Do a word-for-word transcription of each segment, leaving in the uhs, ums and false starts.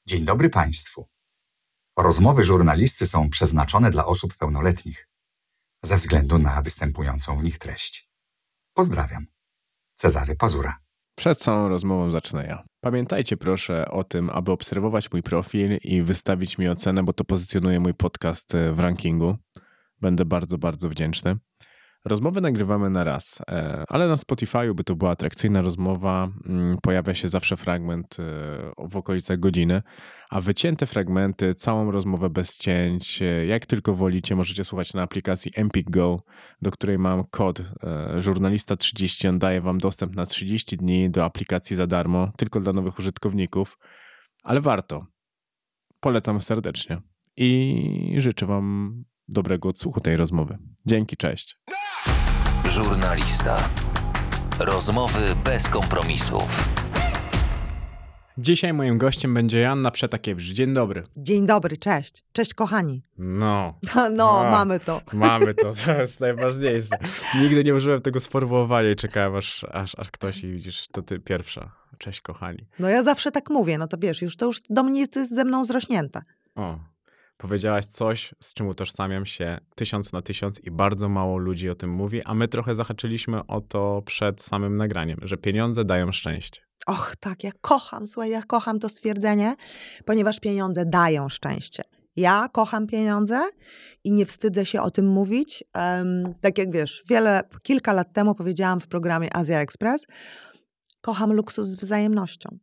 Dzień dobry Państwu. Rozmowy żurnalisty są przeznaczone dla osób pełnoletnich ze względu na występującą w nich treść. Pozdrawiam. Cezary Pazura. Przed całą rozmową zacznę ja. Pamiętajcie proszę o tym, aby obserwować mój profil i wystawić mi ocenę, bo to pozycjonuje mój podcast w rankingu. Będę bardzo, bardzo wdzięczny. Rozmowy nagrywamy na raz, ale na Spotify'u, by to była atrakcyjna rozmowa, pojawia się zawsze fragment w okolicach godziny, a wycięte fragmenty, całą rozmowę bez cięć, jak tylko wolicie, możecie słuchać na aplikacji Empik Go, do której mam kod żurnalista trzydzieści. On daje wam dostęp na trzydzieści dni do aplikacji za darmo, tylko dla nowych użytkowników, ale warto. Polecam serdecznie i życzę wam dobrego odsłuchu tej rozmowy. Dzięki, cześć. Żurnalista. Rozmowy bez kompromisów. Dzisiaj moim gościem będzie Joanna Przetakiewicz. Dzień dobry. Dzień dobry, cześć. Cześć kochani. No. No, A, mamy to. Mamy to, to jest najważniejsze. Nigdy nie użyłem tego sformułowania i czekałem aż, aż, aż ktoś i widzisz, to ty pierwsza. Cześć kochani. No ja zawsze tak mówię, no to wiesz, już to już do mnie jest ze mną zrośnięte. O. Powiedziałaś coś, z czym utożsamiam się tysiąc na tysiąc i bardzo mało ludzi o tym mówi, a my trochę zahaczyliśmy o to przed samym nagraniem, że pieniądze dają szczęście. Och, tak, ja kocham, słuchaj, ja kocham to stwierdzenie, ponieważ pieniądze dają szczęście. Ja kocham pieniądze i nie wstydzę się o tym mówić. Um, tak jak wiesz, wiele, kilka lat temu powiedziałam w programie Azja Express, kocham luksus z wzajemnością.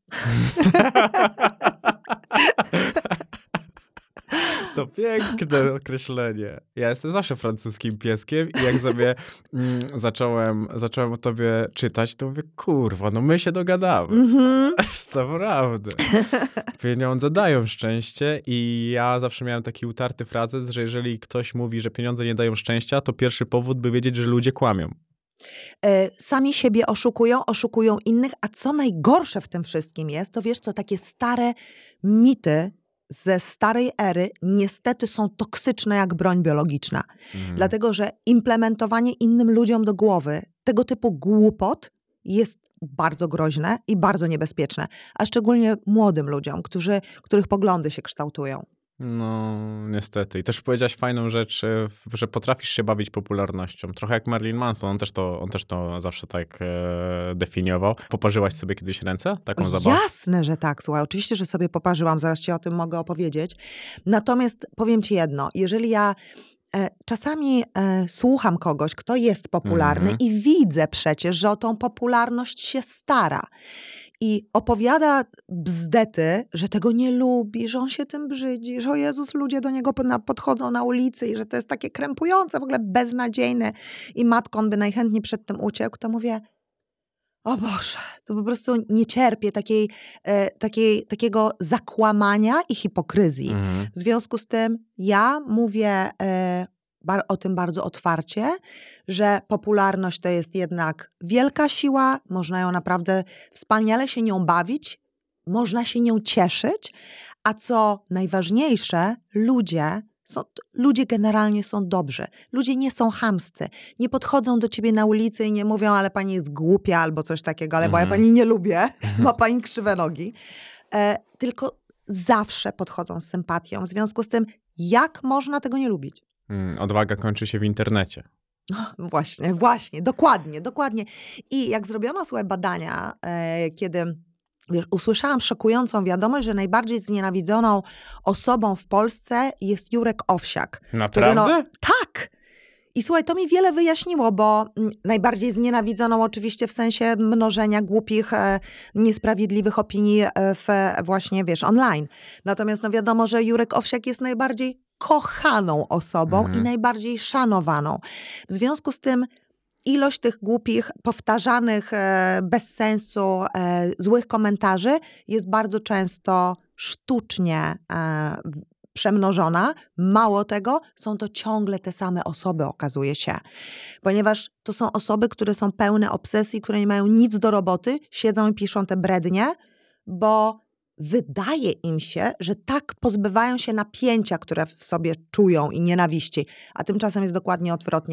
To piękne określenie. Ja jestem zawsze francuskim pieskiem i jak sobie mm, zacząłem, zacząłem o tobie czytać, to mówię, kurwa, no my się dogadamy. Mm-hmm. To prawda. Pieniądze dają szczęście i ja zawsze miałem taki utarty frazes, że jeżeli ktoś mówi, że pieniądze nie dają szczęścia, to pierwszy powód, by wiedzieć, że ludzie kłamią. Sami siebie oszukują, oszukują innych, a co najgorsze w tym wszystkim jest, to wiesz co, takie stare mity ze starej ery niestety są toksyczne jak broń biologiczna. Mhm. Dlatego, że implementowanie innym ludziom do głowy tego typu głupot jest bardzo groźne i bardzo niebezpieczne. A szczególnie młodym ludziom, którzy, których poglądy się kształtują. No, niestety. I też powiedziałaś fajną rzecz, że potrafisz się bawić popularnością. Trochę jak Marilyn Manson, on też to, on też to zawsze tak e, definiował. Poparzyłaś sobie kiedyś ręce? Taką zabawę? Jasne, że tak, słuchaj. Oczywiście, że sobie poparzyłam, zaraz ci o tym mogę opowiedzieć. Natomiast powiem ci jedno, jeżeli ja e, czasami e, słucham kogoś, kto jest popularny mm-hmm. i widzę przecież, że o tą popularność się stara. I opowiada bzdety, że tego nie lubi, że on się tym brzydzi, że o Jezus, ludzie do niego podchodzą na ulicy i że to jest takie krępujące, w ogóle beznadziejne i matko, on by najchętniej przed tym uciekł, to mówię, o Boże, to po prostu nie cierpię takiej, e, takiej, takiego zakłamania i hipokryzji. Mhm. W związku z tym ja mówię e, o tym bardzo otwarcie, że popularność to jest jednak wielka siła, można ją naprawdę wspaniale się nią bawić, można się nią cieszyć, a co najważniejsze, ludzie są, ludzie generalnie są dobrzy. Ludzie nie są chamscy. Nie podchodzą do ciebie na ulicy i nie mówią, ale pani jest głupia albo coś takiego, ale bo ja pani nie lubię, ma pani krzywe nogi. E, tylko zawsze podchodzą z sympatią. W związku z tym, jak można tego nie lubić? Hmm, odwaga kończy się w internecie. No, właśnie, właśnie, dokładnie, dokładnie. I jak zrobiono swoje badania, e, kiedy wiesz, usłyszałam szokującą wiadomość, że najbardziej znienawidzoną osobą w Polsce jest Jurek Owsiak. Naprawdę? Który, no, tak! I słuchaj, to mi wiele wyjaśniło, bo m, najbardziej znienawidzoną oczywiście w sensie mnożenia głupich, e, niesprawiedliwych opinii e, w właśnie, wiesz, online. Natomiast no wiadomo, że Jurek Owsiak jest najbardziej kochaną osobą mhm. i najbardziej szanowaną. W związku z tym ilość tych głupich, powtarzanych e, bez sensu, e, złych komentarzy jest bardzo często sztucznie e, przemnożona. Mało tego, są to ciągle te same osoby, okazuje się. Ponieważ to są osoby, które są pełne obsesji, które nie mają nic do roboty, siedzą i piszą te brednie, bo wydaje im się, że tak pozbywają się napięcia, które w sobie czują i nienawiści. A tymczasem jest dokładnie odwrotnie.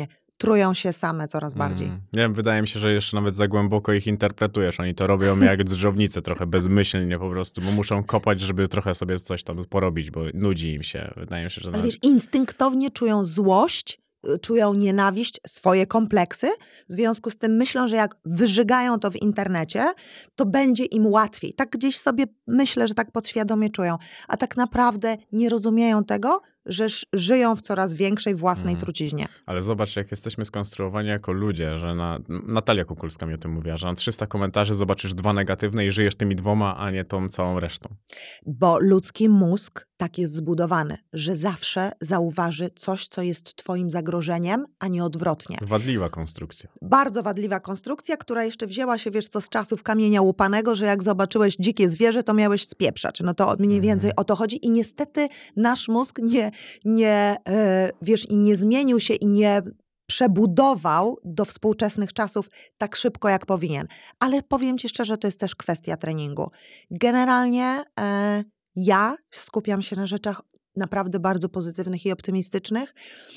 trują się same coraz bardziej. Mm. Nie wiem, wydaje mi się, że jeszcze nawet za głęboko ich interpretujesz. Oni to robią jak dżdżownice, trochę bezmyślnie po prostu, bo muszą kopać, żeby trochę sobie coś tam porobić, bo nudzi im się. Wydaje mi się, że Ale nawet... wiesz, instynktownie czują złość, y, czują nienawiść, swoje kompleksy. W związku z tym myślą, że jak wyżygają to w internecie, to będzie im łatwiej. Tak gdzieś sobie myślę, że tak podświadomie czują. A tak naprawdę nie rozumieją tego, że ż- żyją w coraz większej własnej Mhm. truciźnie. Ale zobacz, jak jesteśmy skonstruowani jako ludzie, że na... Natalia Kukulska mi o tym mówiła, że na trzysta komentarzy zobaczysz dwa negatywne i żyjesz tymi dwoma, a nie tą całą resztą. Bo ludzki mózg tak jest zbudowany, że zawsze zauważy coś, co jest twoim zagrożeniem, a nie odwrotnie. Wadliwa konstrukcja. Bardzo wadliwa konstrukcja, która jeszcze wzięła się, wiesz co, z czasów kamienia łupanego, że jak zobaczyłeś dzikie zwierzę, to miałeś spieprzać. No to mniej więcej Mhm. o to chodzi i niestety nasz mózg nie, nie e, wiesz, i nie zmienił się i nie przebudował do współczesnych czasów tak szybko, jak powinien. Ale powiem ci szczerze, to jest też kwestia treningu. Generalnie e, ja skupiam się na rzeczach naprawdę bardzo pozytywnych i optymistycznych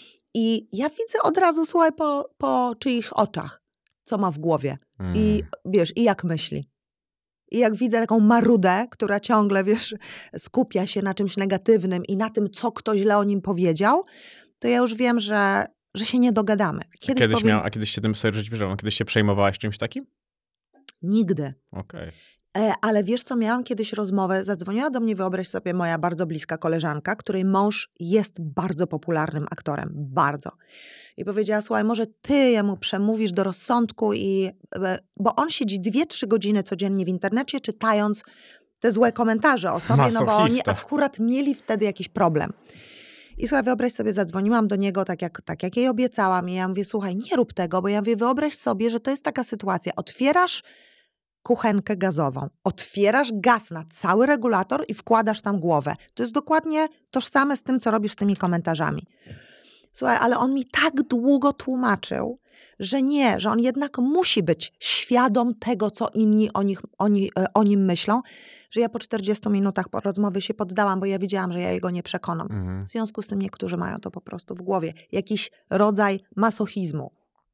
i ja widzę od razu, słuchaj, po, po czyich oczach, co ma w głowie i Mm. wiesz, i jak myśli. I jak widzę taką marudę, która ciągle, wiesz, skupia się na czymś negatywnym i na tym, co ktoś źle o nim powiedział, to ja już wiem, że, że się nie dogadamy. Kiedyś, Kiedyś powiem, miał, a kiedyś się tym sobie żyć bierzemy? Kiedyś się przejmowałaś czymś takim? nigdy. Okej. E, ale wiesz co, miałam kiedyś rozmowę, zadzwoniła do mnie, wyobraź sobie, moja bardzo bliska koleżanka, której mąż jest bardzo popularnym aktorem, bardzo. I powiedziała, słuchaj, może ty jemu przemówisz do rozsądku, i, e, bo on siedzi dwie, trzy godziny codziennie w internecie, czytając te złe komentarze o sobie, no bo oni Masochista. akurat mieli wtedy jakiś problem. I słuchaj, wyobraź sobie, zadzwoniłam do niego tak jak, tak jak jej obiecałam i ja mówię, słuchaj, nie rób tego, bo ja mówię, wyobraź sobie, że to jest taka sytuacja, otwierasz kuchenkę gazową, otwierasz gaz na cały regulator i wkładasz tam głowę. To jest dokładnie tożsame z tym, co robisz z tymi komentarzami. Słuchaj, ale on mi tak długo tłumaczył, że nie, że on jednak musi być świadom tego, co inni o, nich, oni, e, o nim myślą, że ja po czterdziestu minutach po rozmowie się poddałam, bo ja wiedziałam, że ja jego nie przekonam. Mhm. W związku z tym niektórzy mają to po prostu w głowie. Jakiś rodzaj masochizmu.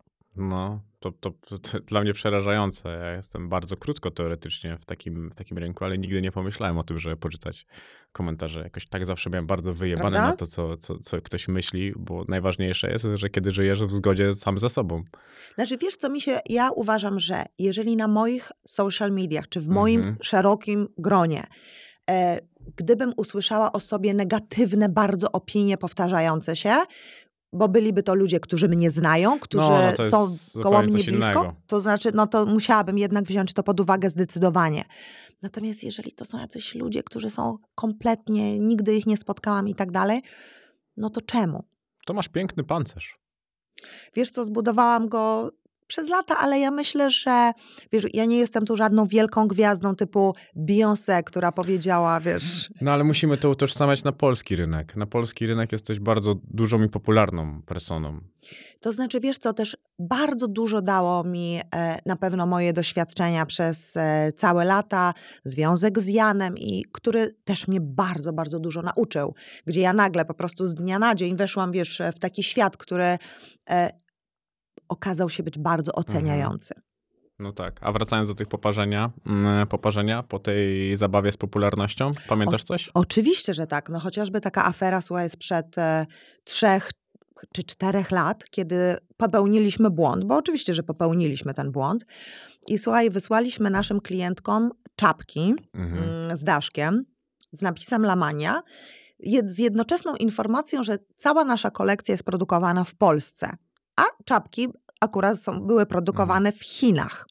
No, to, to, to, to dla mnie przerażające. Ja jestem bardzo krótko teoretycznie w takim, w takim rynku, ale nigdy nie pomyślałem o tym, żeby poczytać komentarze. Jakoś tak zawsze miałem bardzo wyjebane Prawda? na to, co, co, co ktoś myśli, bo najważniejsze jest, że kiedy żyjesz w zgodzie sam ze sobą. Znaczy, wiesz co, mi się, ja uważam, że jeżeli na moich social mediach, czy w moim Mhm. szerokim gronie, e, gdybym usłyszała o sobie negatywne bardzo opinie powtarzające się, bo byliby to ludzie, którzy mnie znają, którzy No, no to jest są zupełnie koło mnie coś blisko, innego. to znaczy, no to musiałabym jednak wziąć to pod uwagę zdecydowanie. Natomiast jeżeli to są jacyś ludzie, którzy są kompletnie, nigdy ich nie spotkałam i tak dalej, no to czemu? To masz piękny pancerz. Wiesz co, zbudowałam go przez lata, ale ja myślę, że wiesz, ja nie jestem tu żadną wielką gwiazdą typu Beyoncé, która powiedziała, wiesz... No ale musimy to utożsamiać na polski rynek. Na polski rynek jesteś bardzo dużą i popularną personą. To znaczy, wiesz co, też bardzo dużo dało mi e, na pewno moje doświadczenia przez e, całe lata, związek z Janem, i który też mnie bardzo, bardzo dużo nauczył. Gdzie ja nagle po prostu z dnia na dzień weszłam, wiesz, w taki świat, który e, okazał się być bardzo oceniający. No tak. A wracając do tych poparzenia, mm, poparzenia po tej zabawie z popularnością, pamiętasz coś? Oczywiście, że tak. No chociażby taka afera, słuchaj, sprzed e, trzech czy czterech lat, kiedy popełniliśmy błąd, bo oczywiście, że popełniliśmy ten błąd. I słuchaj, wysłaliśmy naszym klientkom czapki Mhm. mm, z daszkiem, z napisem Lamania, jed, z jednoczesną informacją, że cała nasza kolekcja jest produkowana w Polsce, a czapki akurat są, były produkowane w Chinach.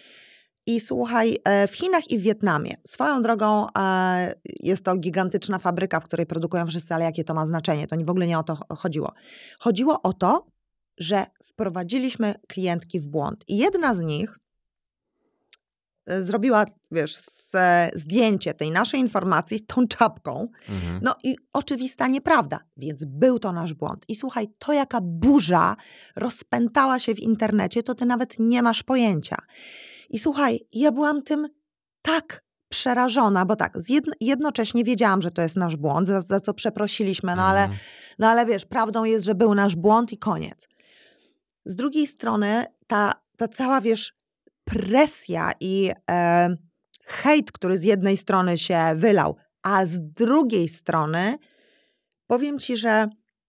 I słuchaj, e, w Chinach i w Wietnamie. Swoją drogą e, jest to gigantyczna fabryka, w której produkują wszyscy, ale jakie to ma znaczenie? To nie w ogóle nie o to ch- chodziło. Chodziło o to, że wprowadziliśmy klientki w błąd. I jedna z nich e, zrobiła, wiesz, z, e, zdjęcie tej naszej informacji z tą czapką. Mhm. No i oczywista nieprawda, więc był to nasz błąd. I słuchaj, to jaka burza rozpętała się w internecie, to ty nawet nie masz pojęcia. I słuchaj, ja byłam tym tak przerażona, bo tak, zjedno, jednocześnie wiedziałam, że to jest nasz błąd, za, za co przeprosiliśmy, no ale, Mhm. no ale wiesz, prawdą jest, że był nasz błąd i koniec. z drugiej strony ta, ta cała, wiesz, presja i e, hejt, który z jednej strony się wylał, a z drugiej strony powiem ci, że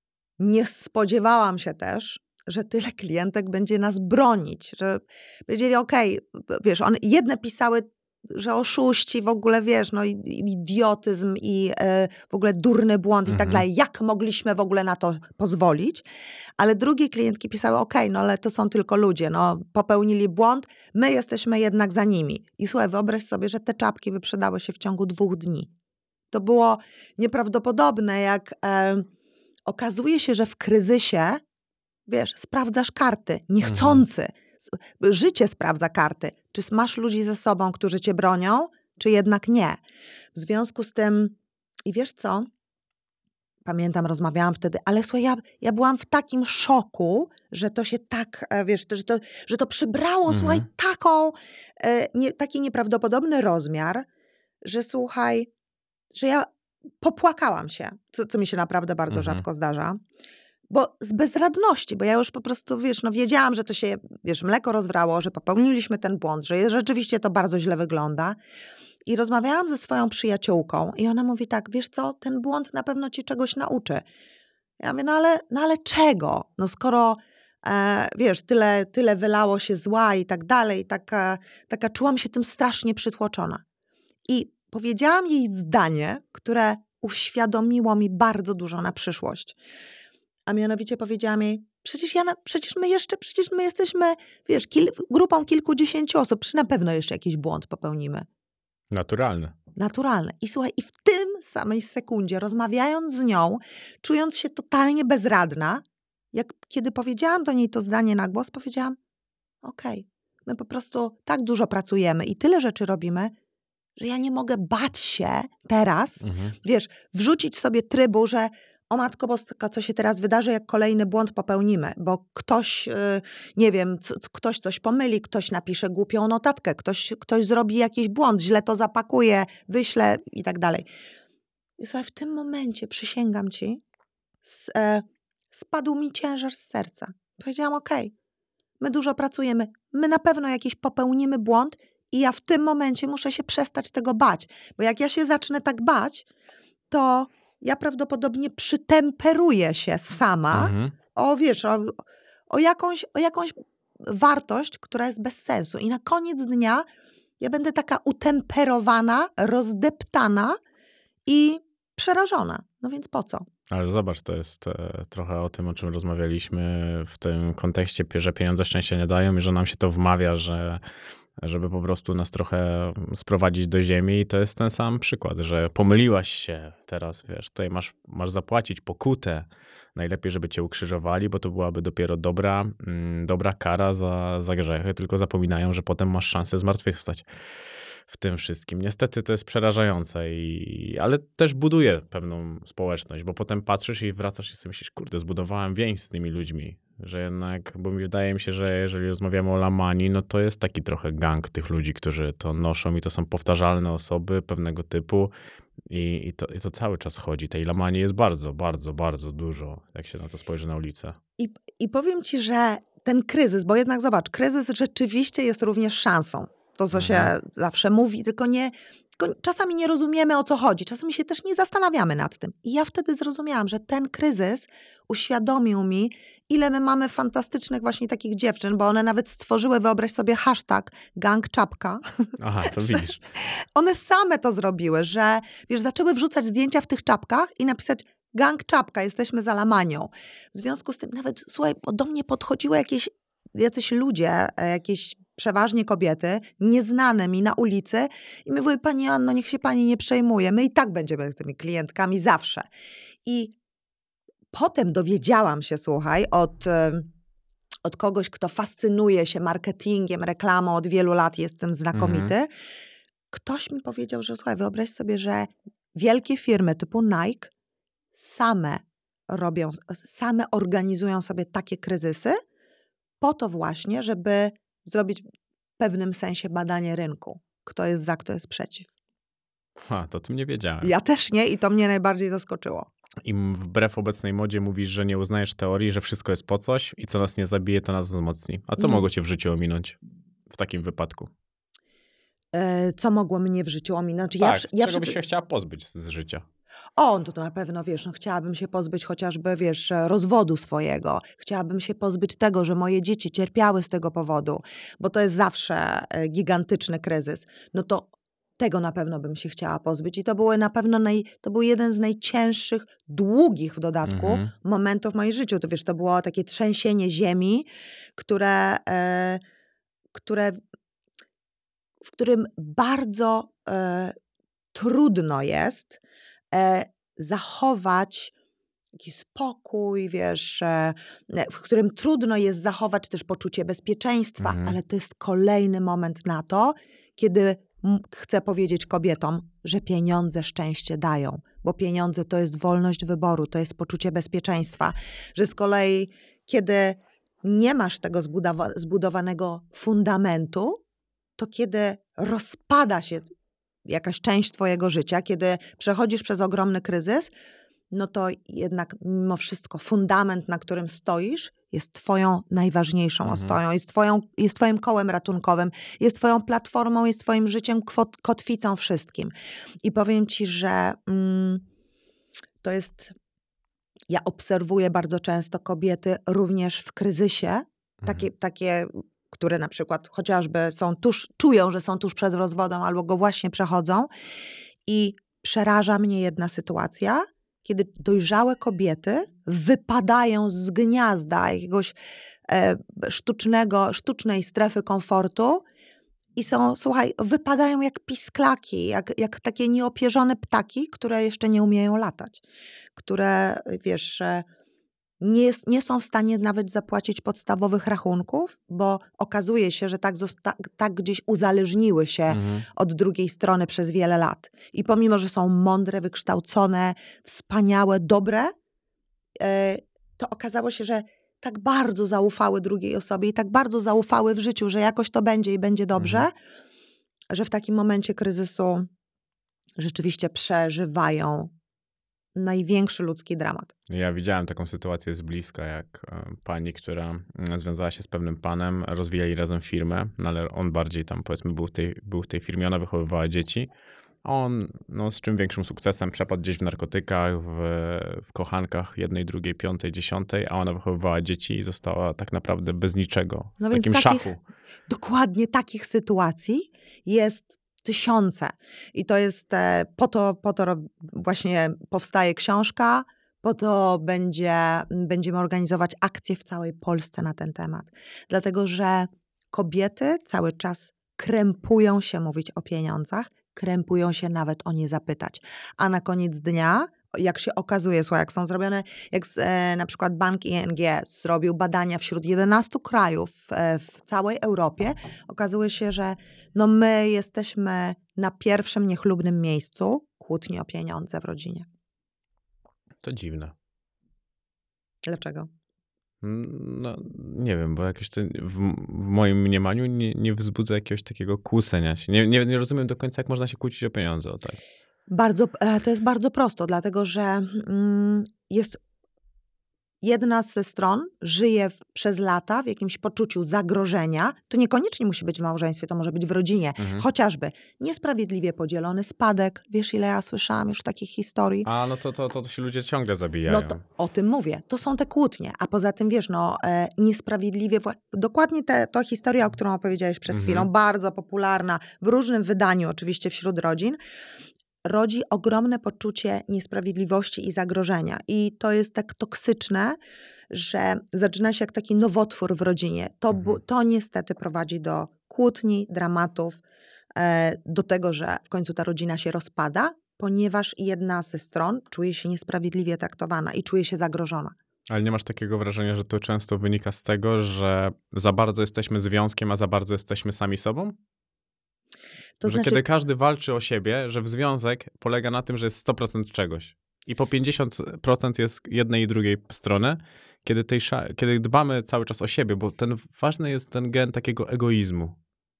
nie spodziewałam się też, że tyle klientek będzie nas bronić, że powiedzieli, okej, wiesz, one, jedne pisały, że oszuści w ogóle, wiesz, no i, i idiotyzm i e, w ogóle durny błąd Mhm. i tak dalej. Jak mogliśmy w ogóle na to pozwolić? Ale drugie klientki pisały, okej, no ale to są tylko ludzie, no popełnili błąd, my jesteśmy jednak za nimi. I słuchaj, wyobraź sobie, że te czapki wyprzedały się w ciągu dwóch dni. To było nieprawdopodobne, jak e, okazuje się, że w kryzysie, wiesz, sprawdzasz karty, niechcący. S- Życie sprawdza karty. Czy masz ludzi ze sobą, którzy cię bronią, czy jednak nie. W związku z tym, i wiesz co? Pamiętam, rozmawiałam wtedy, ale słuchaj, ja, ja byłam w takim szoku, że to się tak, e, wiesz, to, że, to, że to przybrało, Mhm. słuchaj, taką, e, nie, taki nieprawdopodobny rozmiar, że słuchaj, że ja popłakałam się, co, co mi się naprawdę bardzo Mhm. rzadko zdarza. Bo z bezradności, bo ja już po prostu, wiesz, no wiedziałam, że to się, wiesz, mleko rozwrało, że popełniliśmy ten błąd, że rzeczywiście to bardzo źle wygląda. I rozmawiałam ze swoją przyjaciółką i ona mówi tak, wiesz co, ten błąd na pewno cię czegoś nauczy. Ja mówię, no ale, no ale czego? No skoro, e, wiesz, tyle, tyle wylało się zła i tak dalej, taka, taka czułam się tym strasznie przytłoczona. I powiedziałam jej zdanie, które uświadomiło mi bardzo dużo na przyszłość. A mianowicie powiedziałam jej, przecież, ja na, przecież my jeszcze, przecież my jesteśmy, wiesz, kil, grupą kilkudziesięciu osób, przecież na pewno jeszcze jakiś błąd popełnimy. Naturalne. Naturalne. I słuchaj, i w tym samej sekundzie, rozmawiając z nią, czując się totalnie bezradna, jak kiedy powiedziałam do niej to zdanie na głos, powiedziałam, okej, my po prostu tak dużo pracujemy i tyle rzeczy robimy, że ja nie mogę bać się teraz, Mhm. wiesz, wrzucić sobie trybu, że o Matko Boska, co się teraz wydarzy, jak kolejny błąd popełnimy, bo ktoś, yy, nie wiem, c- c- ktoś coś pomyli, ktoś napisze głupią notatkę, ktoś, ktoś zrobi jakiś błąd, źle to zapakuje, wyśle i tak dalej. I słuchaj, w tym momencie, przysięgam ci, s, e, spadł mi ciężar z serca. Powiedziałam, okej, my dużo pracujemy, my na pewno jakiś popełnimy błąd i ja w tym momencie muszę się przestać tego bać, bo jak ja się zacznę tak bać, to ja prawdopodobnie przytemperuję się sama Mhm. o, wiesz, o, o, jakąś, o jakąś wartość, która jest bez sensu. I na koniec dnia ja będę taka utemperowana, rozdeptana i przerażona. No więc po co? Ale zobacz, to jest e, trochę o tym, o czym rozmawialiśmy w tym kontekście, że pieniądze szczęścia nie dają i że nam się to wmawia, że żeby po prostu nas trochę sprowadzić do ziemi. I to jest ten sam przykład, że pomyliłaś się teraz, wiesz, tutaj masz, masz zapłacić pokutę. Najlepiej, żeby cię ukrzyżowali, bo to byłaby dopiero dobra, mm, dobra kara za, za grzechy, tylko zapominają, że potem masz szansę zmartwychwstać w tym wszystkim. Niestety to jest przerażające, i, ale też buduje pewną społeczność, bo potem patrzysz i wracasz i sobie myślisz, kurde, zbudowałem więź z tymi ludźmi, że jednak, bo mi wydaje mi się, że jeżeli rozmawiamy o Lamanii, no to jest taki trochę gang tych ludzi, którzy to noszą i to są powtarzalne osoby pewnego typu i, i, to, i to cały czas chodzi. Tej Lamanii jest bardzo, bardzo, bardzo dużo, jak się na to spojrzy na ulicę. I, I powiem ci, że ten kryzys, bo jednak zobacz, kryzys rzeczywiście jest również szansą. To, co się Mhm. zawsze mówi, tylko nie, tylko czasami nie rozumiemy, o co chodzi. Czasami się też nie zastanawiamy nad tym. I ja wtedy zrozumiałam, że ten kryzys uświadomił mi, ile my mamy fantastycznych właśnie takich dziewczyn, bo one nawet stworzyły, wyobraź sobie, hashtag gang czapka. Aha, to widzisz. One same to zrobiły, że wiesz, zaczęły wrzucać zdjęcia w tych czapkach i napisać gang czapka, jesteśmy za Lamanią. W związku z tym nawet, słuchaj, do mnie podchodziły jakieś jacyś ludzie, e, jakieś przeważnie kobiety, nieznane mi na ulicy i my mówiły, pani Anno, niech się pani nie przejmuje, my i tak będziemy tymi klientkami zawsze. I potem dowiedziałam się, słuchaj, od, e, od kogoś, kto fascynuje się marketingiem, reklamą od wielu lat, jest tym znakomity. Mhm. Ktoś mi powiedział, że słuchaj, wyobraź sobie, że wielkie firmy typu Nike same robią, same organizują sobie takie kryzysy po to właśnie, żeby zrobić w pewnym sensie badanie rynku. Kto jest za, kto jest przeciw. Ha, to o tym nie wiedziałem. Ja też nie i to mnie najbardziej zaskoczyło. i wbrew obecnej modzie mówisz, że nie uznajesz teorii, że wszystko jest po coś i co nas nie zabije, to nas wzmocni. A co Nie. mogło cię w życiu ominąć w takim wypadku? E, Co mogło mnie w życiu ominąć? Ja, Tak, przy- ja czego przy- byś się chciała pozbyć z, z życia? O, no to na pewno, wiesz, no chciałabym się pozbyć chociażby, wiesz, e, rozwodu swojego. Chciałabym się pozbyć tego, że moje dzieci cierpiały z tego powodu, bo to jest zawsze e, gigantyczny kryzys. No to tego na pewno bym się chciała pozbyć i to było na pewno naj, to był jeden z najcięższych, długich w dodatku Mhm. momentów w moim życiu. To wiesz, to było takie trzęsienie ziemi, które, e, które w którym bardzo e, trudno jest e, zachować taki spokój, wiesz, e, w którym trudno jest zachować też poczucie bezpieczeństwa, Mhm. ale to jest kolejny moment na to, kiedy m- chcę powiedzieć kobietom, że pieniądze szczęście dają, bo pieniądze to jest wolność wyboru, to jest poczucie bezpieczeństwa, że z kolei kiedy nie masz tego zbudowa- zbudowanego fundamentu, to kiedy rozpada się jakaś część twojego życia, kiedy przechodzisz przez ogromny kryzys, no to jednak mimo wszystko fundament, na którym stoisz, jest twoją najważniejszą Mhm. ostoją, jest, twoją, jest twoim kołem ratunkowym, jest twoją platformą, jest twoim życiem, kwot- kotwicą wszystkim. I powiem ci, że mm, to jest... Ja obserwuję bardzo często kobiety również w kryzysie, takie, takie, które na przykład chociażby są tuż, czują, że są tuż przed rozwodem albo go właśnie przechodzą. I przeraża mnie jedna sytuacja, kiedy dojrzałe kobiety wypadają z gniazda jakiegoś e, sztucznego, sztucznej strefy komfortu i są, słuchaj, wypadają jak pisklaki, jak, jak takie nieopierzone ptaki, które jeszcze nie umieją latać, które, wiesz, e, nie, jest, nie są w stanie nawet zapłacić podstawowych rachunków, bo okazuje się, że tak, zosta- tak gdzieś uzależniły się Mhm. od drugiej strony przez wiele lat. I pomimo, że są mądre, wykształcone, wspaniałe, dobre, e, to okazało się, że tak bardzo zaufały drugiej osobie i tak bardzo zaufały w życiu, że jakoś to będzie i będzie dobrze, Mhm. że w takim momencie kryzysu rzeczywiście przeżywają największy ludzki dramat. Ja widziałem taką sytuację z bliska, jak e, pani, która mm, związała się z pewnym panem, rozwijali razem firmę, no ale on bardziej tam powiedzmy był w tej, był w tej firmie, ona wychowywała dzieci, a on no, z czym większym sukcesem przepadł gdzieś w narkotykach, w, w kochankach jednej, drugiej, piątej, dziesiątej, a ona wychowywała dzieci i została tak naprawdę bez niczego, w No więc takim takich- szachu. Dokładnie takich sytuacji jest tysiące. I to jest e, po to, po to rob- właśnie powstaje książka, po to będzie, będziemy organizować akcje w całej Polsce na ten temat. Dlatego, że kobiety cały czas krępują się mówić o pieniądzach, krępują się nawet o nie zapytać. A na koniec dnia, jak się okazuje, słuchaj, jak są zrobione, jak z, e, na przykład bank I N G zrobił badania wśród jedenastu krajów e, w całej Europie, okazuje się, że no my jesteśmy na pierwszym niechlubnym miejscu kłótni o pieniądze w rodzinie. To dziwne. Dlaczego? No, nie wiem, bo jakieś to w, w moim mniemaniu nie, nie wzbudza jakiegoś takiego kłócenia się. Nie, nie, nie rozumiem do końca, jak można się kłócić o pieniądze. O tak. Bardzo, e, to jest bardzo prosto, dlatego że mm, jest jedna ze stron żyje w, przez lata w jakimś poczuciu zagrożenia. To niekoniecznie musi być w małżeństwie, to może być w rodzinie. Mhm. Chociażby niesprawiedliwie podzielony spadek. Wiesz, ile ja słyszałam już takich historii? A no to, to, to, to się ludzie ciągle zabijają. No to o tym mówię. To są te kłótnie. A poza tym, wiesz, no e, niesprawiedliwie... wła- Dokładnie te, ta historia, o którą opowiedziałeś przed Mhm. chwilą, bardzo popularna, w różnym wydaniu oczywiście wśród rodzin, rodzi ogromne poczucie niesprawiedliwości i zagrożenia. I to jest tak toksyczne, że zaczyna się jak taki nowotwór w rodzinie. To, bu- Mhm. to niestety prowadzi do kłótni, dramatów, e, do tego, że w końcu ta rodzina się rozpada, ponieważ jedna ze stron czuje się niesprawiedliwie traktowana i czuje się zagrożona. Ale nie masz takiego wrażenia, że to często wynika z tego, że za bardzo jesteśmy związkiem, a za bardzo jesteśmy sami sobą? To że znaczy, kiedy każdy walczy o siebie, że w związek polega na tym, że jest sto procent czegoś. I po pięćdziesiąt procent jest jednej i drugiej strony, kiedy, tej sza- kiedy dbamy cały czas o siebie, bo ten ważny jest ten gen takiego egoizmu.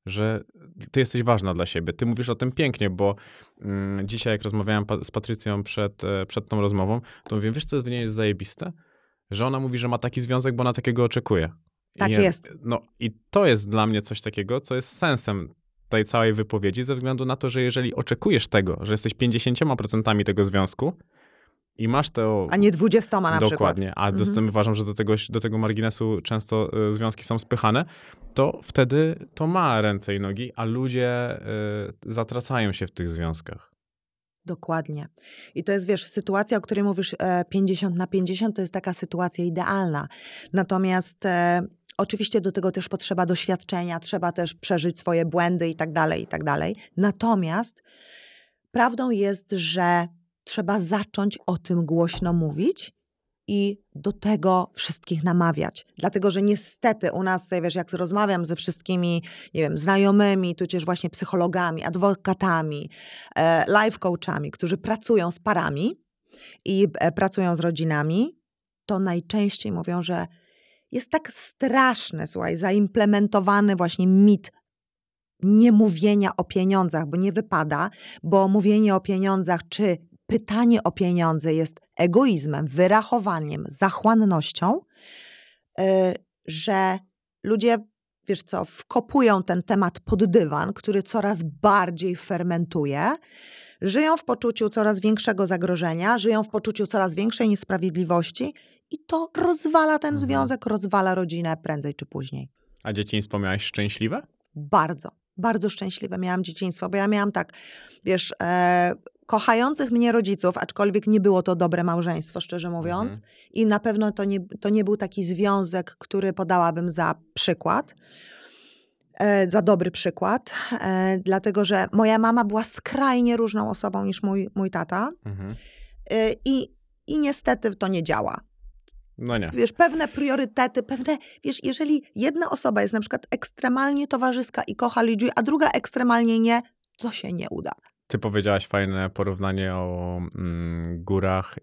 że ty jesteś ważna dla siebie. Ty mówisz o tym pięknie, bo mm, dzisiaj jak rozmawiałem pa- z Patrycją przed, e, przed tą rozmową, to mówię, wiesz co w niej jest zajebiste? Że ona mówi, że ma taki związek, bo ona takiego oczekuje. Tak I ja- jest. No i to jest dla mnie coś takiego, co jest sensem tej całej wypowiedzi, ze względu na to, że jeżeli oczekujesz tego, że jesteś pięćdziesięcioma procentami tego związku i masz to... A nie dwudziestoma na przykład. Dokładnie, a Mhm. z tym uważam, że do tego, do tego marginesu często y, związki są spychane, to wtedy to ma ręce i nogi, a ludzie y, zatracają się w tych związkach. Dokładnie. I to jest, wiesz, sytuacja, o której mówisz e, pięćdziesiąt na pięćdziesiąt, to jest taka sytuacja idealna. Natomiast e, oczywiście do tego też potrzeba doświadczenia, trzeba też przeżyć swoje błędy i tak dalej, i tak dalej. Natomiast prawdą jest, że trzeba zacząć o tym głośno mówić i do tego wszystkich namawiać. Dlatego, że niestety u nas, wiesz, jak rozmawiam ze wszystkimi, nie wiem, znajomymi, tudzież właśnie psychologami, adwokatami, e, life coachami, którzy pracują z parami i e, pracują z rodzinami, to najczęściej mówią, że jest tak straszny, słuchaj, zaimplementowany właśnie mit niemówienia o pieniądzach, bo nie wypada, bo mówienie o pieniądzach czy pytanie o pieniądze jest egoizmem, wyrachowaniem, zachłannością, yy, że ludzie, wiesz co, wkopują ten temat pod dywan, który coraz bardziej fermentuje, żyją w poczuciu coraz większego zagrożenia, żyją w poczuciu coraz większej niesprawiedliwości i to rozwala ten Mhm. związek, rozwala rodzinę prędzej czy później. A dzieciństwo miałeś szczęśliwe? Bardzo, bardzo szczęśliwe miałam dzieciństwo, bo ja miałam tak, wiesz, e, kochających mnie rodziców, aczkolwiek nie było to dobre małżeństwo, szczerze mówiąc. Mhm. I na pewno to nie, to nie był taki związek, który podałabym za przykład, e, za dobry przykład, e, dlatego że moja mama była skrajnie różną osobą niż mój, mój tata Mhm. e, i, i niestety to nie działa. No nie. Wiesz, pewne priorytety, pewne, wiesz, jeżeli jedna osoba jest na przykład ekstremalnie towarzyska i kocha ludzi, a druga ekstremalnie nie, to się nie uda. Ty powiedziałaś fajne porównanie o mm, górach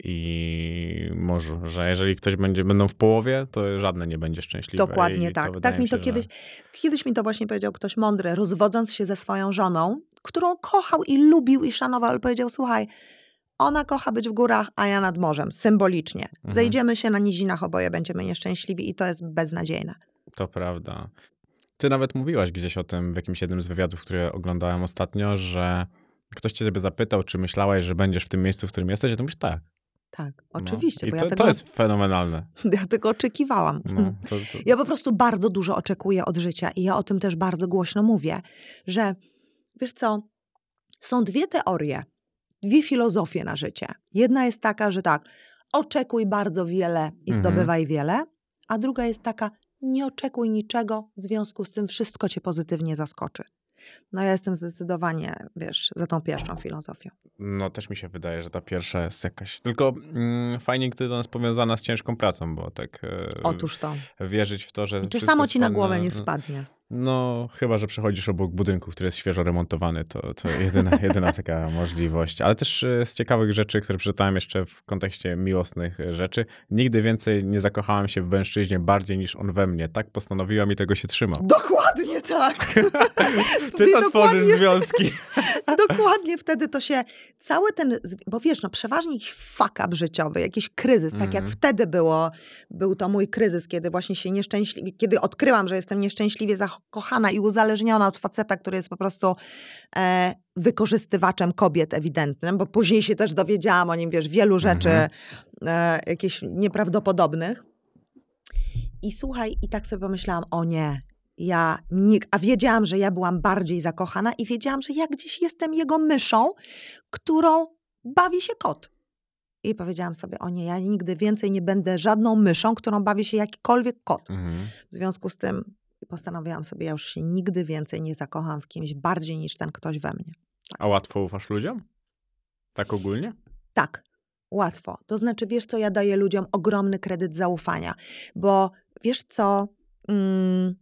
i morzu, że jeżeli ktoś będzie, będą w połowie, to żadne nie będzie szczęśliwe. Dokładnie I tak. To Tak wydaje mi to się, kiedyś, Że... kiedyś mi to właśnie powiedział ktoś mądry, rozwodząc się ze swoją żoną, którą kochał i lubił i szanował, ale powiedział, słuchaj, ona kocha być w górach, a ja nad morzem, symbolicznie. Mhm. Zejdziemy się na nizinach, oboje będziemy nieszczęśliwi i to jest beznadziejne. To prawda. Ty nawet mówiłaś gdzieś o tym w jakimś jednym z wywiadów, które oglądałem ostatnio, że ktoś cię sobie zapytał, czy myślałaś, że będziesz w tym miejscu, w którym jesteś, a ty mówisz tak. Tak, No. oczywiście, I bo to, ja tego, to jest fenomenalne. ja tego oczekiwałam. No, to, to... Ja po prostu bardzo dużo oczekuję od życia i ja o tym też bardzo głośno mówię, że wiesz co, są dwie teorie, dwie filozofie na życie. Jedna jest taka, że tak, oczekuj bardzo wiele i Mhm. zdobywaj wiele, a druga jest taka, nie oczekuj niczego, w związku z tym wszystko cię pozytywnie zaskoczy. No ja jestem zdecydowanie, wiesz, za tą pierwszą filozofią. No też mi się wydaje, że ta pierwsza jest jakaś... Tylko mm, fajnie, gdy ona jest powiązana z ciężką pracą, bo tak e, Otóż to. wierzyć w to, że Czy wszystko samo jest ci na fajne, głowę nie no, spadnie? No, chyba, że przechodzisz obok budynku, który jest świeżo remontowany, to, to jedyna, jedyna taka możliwość. Ale też e, z ciekawych rzeczy, które przeczytałem jeszcze w kontekście miłosnych e, rzeczy, nigdy więcej nie zakochałem się w mężczyźnie bardziej niż on we mnie. Tak postanowiłam i tego się trzymam. Dokładnie tak. Ty I to tworzysz dokładnie- związki. Dokładnie wtedy to się, cały ten, bo wiesz, no przeważnie jakiś fuck up życiowy, jakiś kryzys, tak jak Mhm. wtedy było, był to mój kryzys, kiedy właśnie się nieszczęśliwie, kiedy odkryłam, że jestem nieszczęśliwie zakochana i uzależniona od faceta, który jest po prostu e, wykorzystywaczem kobiet ewidentnym, bo później się też dowiedziałam o nim, wiesz, wielu rzeczy Mhm. e, jakichś nieprawdopodobnych. I słuchaj, i tak sobie pomyślałam, o nie, ja nie, a wiedziałam, że ja byłam bardziej zakochana i wiedziałam, że ja gdzieś jestem jego myszą, którą bawi się kot. I powiedziałam sobie, o nie, ja nigdy więcej nie będę żadną myszą, którą bawi się jakikolwiek kot. Mhm. W związku z tym postanowiłam sobie, ja już się nigdy więcej nie zakocham w kimś bardziej niż ten ktoś we mnie. A łatwo ufasz ludziom? Tak ogólnie? Tak, łatwo. To znaczy, wiesz co, ja daję ludziom ogromny kredyt zaufania, bo wiesz co, mm,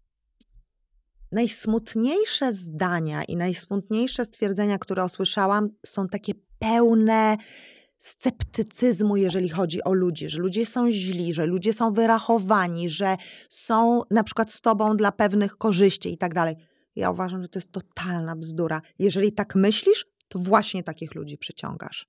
najsmutniejsze zdania i najsmutniejsze stwierdzenia, które usłyszałam, są takie pełne sceptycyzmu, jeżeli chodzi o ludzi, że ludzie są źli, że ludzie są wyrachowani, że są na przykład z tobą dla pewnych korzyści i tak dalej. Ja uważam, że to jest totalna bzdura. Jeżeli tak myślisz, to właśnie takich ludzi przyciągasz.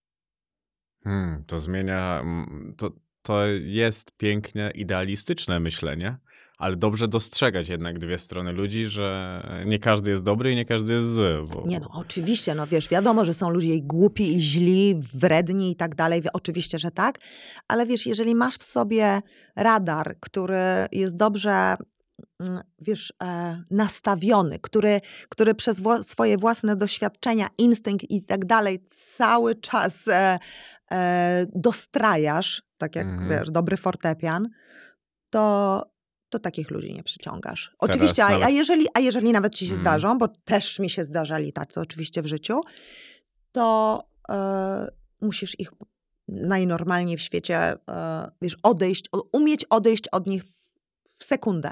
Hmm, to zmienia, mm, to, to jest piękne, idealistyczne myślenie, ale dobrze dostrzegać jednak dwie strony ludzi, że nie każdy jest dobry i nie każdy jest zły. Bo... Nie no, oczywiście, no wiesz, wiadomo, że są ludzie i głupi, i źli, wredni i tak dalej, wie- oczywiście, że tak, ale wiesz, jeżeli masz w sobie radar, który jest dobrze, mm, wiesz, e, nastawiony, który, który przez wło- swoje własne doświadczenia, instynkt i tak dalej cały czas e, e, dostrajasz, tak jak, Mhm. wiesz, dobry fortepian, to, to takich ludzi nie przyciągasz. Oczywiście, a, nawet- a, jeżeli, a jeżeli nawet ci się Mhm. zdarzą, bo też mi się zdarzali tacy oczywiście w życiu, to e, musisz ich najnormalniej w świecie, e, wiesz, odejść, o- umieć odejść od nich w, w sekundę.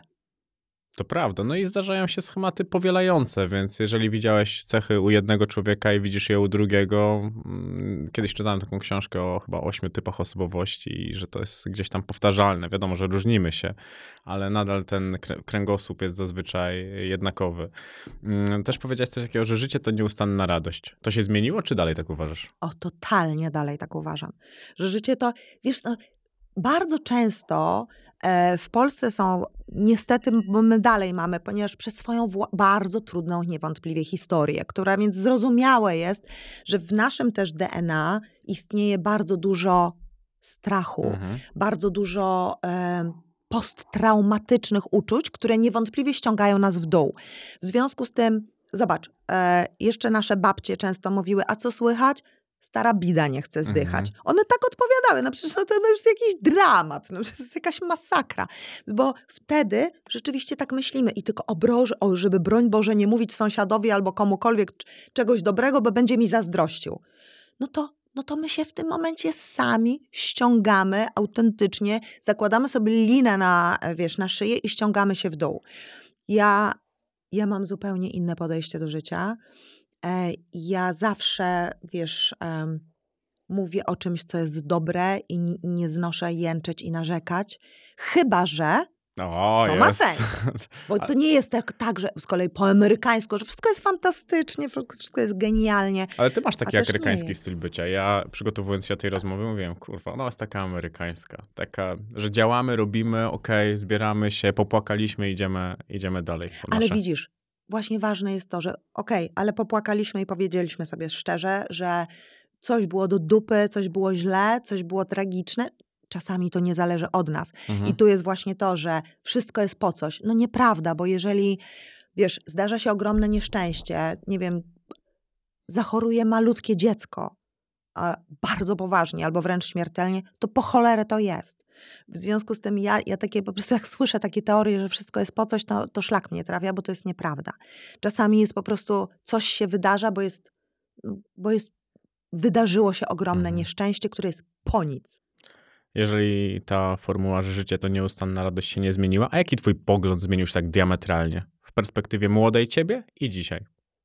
To prawda. No i zdarzają się schematy powielające, więc jeżeli widziałeś cechy u jednego człowieka i widzisz je u drugiego, mm, kiedyś czytałem taką książkę o chyba ośmiu typach osobowości i że to jest gdzieś tam powtarzalne. Wiadomo, że różnimy się, ale nadal ten krę- kręgosłup jest zazwyczaj jednakowy. Mm, Też powiedziałeś coś takiego, że życie to nieustanna radość. To się zmieniło, czy dalej tak uważasz? O, totalnie dalej tak uważam. Że życie to, wiesz, no, bardzo często e, w Polsce są, niestety, bo my dalej mamy, ponieważ przez swoją wła- bardzo trudną niewątpliwie historię, która więc zrozumiałe jest, że w naszym też D N A istnieje bardzo dużo strachu, Mhm. bardzo dużo e, posttraumatycznych uczuć, które niewątpliwie ściągają nas w dół. W związku z tym, zobacz, e, jeszcze nasze babcie często mówiły, a co słychać? Stara bida nie chce zdychać. Mhm. One tak odpowiadały, no przecież no to, to już jest jakiś dramat, no to jest jakaś masakra. Bo wtedy rzeczywiście tak myślimy i tylko o, broże, o żeby broń Boże nie mówić sąsiadowi albo komukolwiek c- czegoś dobrego, bo będzie mi zazdrościł. No to, no to my się w tym momencie sami ściągamy autentycznie, zakładamy sobie linę na, e, wiesz, na szyję i ściągamy się w dół. Ja, ja mam zupełnie inne podejście do życia. E, Ja zawsze, wiesz, em, mówię o czymś, co jest dobre i ni- nie znoszę jęczeć i narzekać, chyba że, O, To ma jest. sens. bo to nie jest tak, tak, że z kolei po amerykańsku, że wszystko jest fantastycznie, wszystko jest genialnie. Ale ty masz taki też nie amerykański jest. styl bycia. Ja przygotowując się do tej rozmowy mówiłem, kurwa, ona jest taka amerykańska. Taka, że działamy, robimy, okej, zbieramy się, popłakaliśmy, idziemy, idziemy dalej. Po Ale nasze. widzisz, właśnie ważne jest to, że okej, ale popłakaliśmy i powiedzieliśmy sobie szczerze, że coś było do dupy, coś było źle, coś było tragiczne. Czasami to nie zależy od nas. Mhm. I tu jest właśnie to, że wszystko jest po coś. No nieprawda, bo jeżeli, wiesz, zdarza się ogromne nieszczęście, nie wiem, zachoruje malutkie dziecko, a bardzo poważnie albo wręcz śmiertelnie, to po cholerę to jest. W związku z tym ja, ja takie po prostu jak słyszę takie teorie, że wszystko jest po coś, to, to szlak mnie trafia, bo to jest nieprawda. Czasami jest po prostu coś się wydarza, bo jest, bo jest wydarzyło się ogromne Mhm. nieszczęście, które jest po nic. Jeżeli ta formuła, że życie to nieustanna radość się nie zmieniła, a jaki twój pogląd zmienił się tak diametralnie? W perspektywie młodej ciebie i dzisiaj?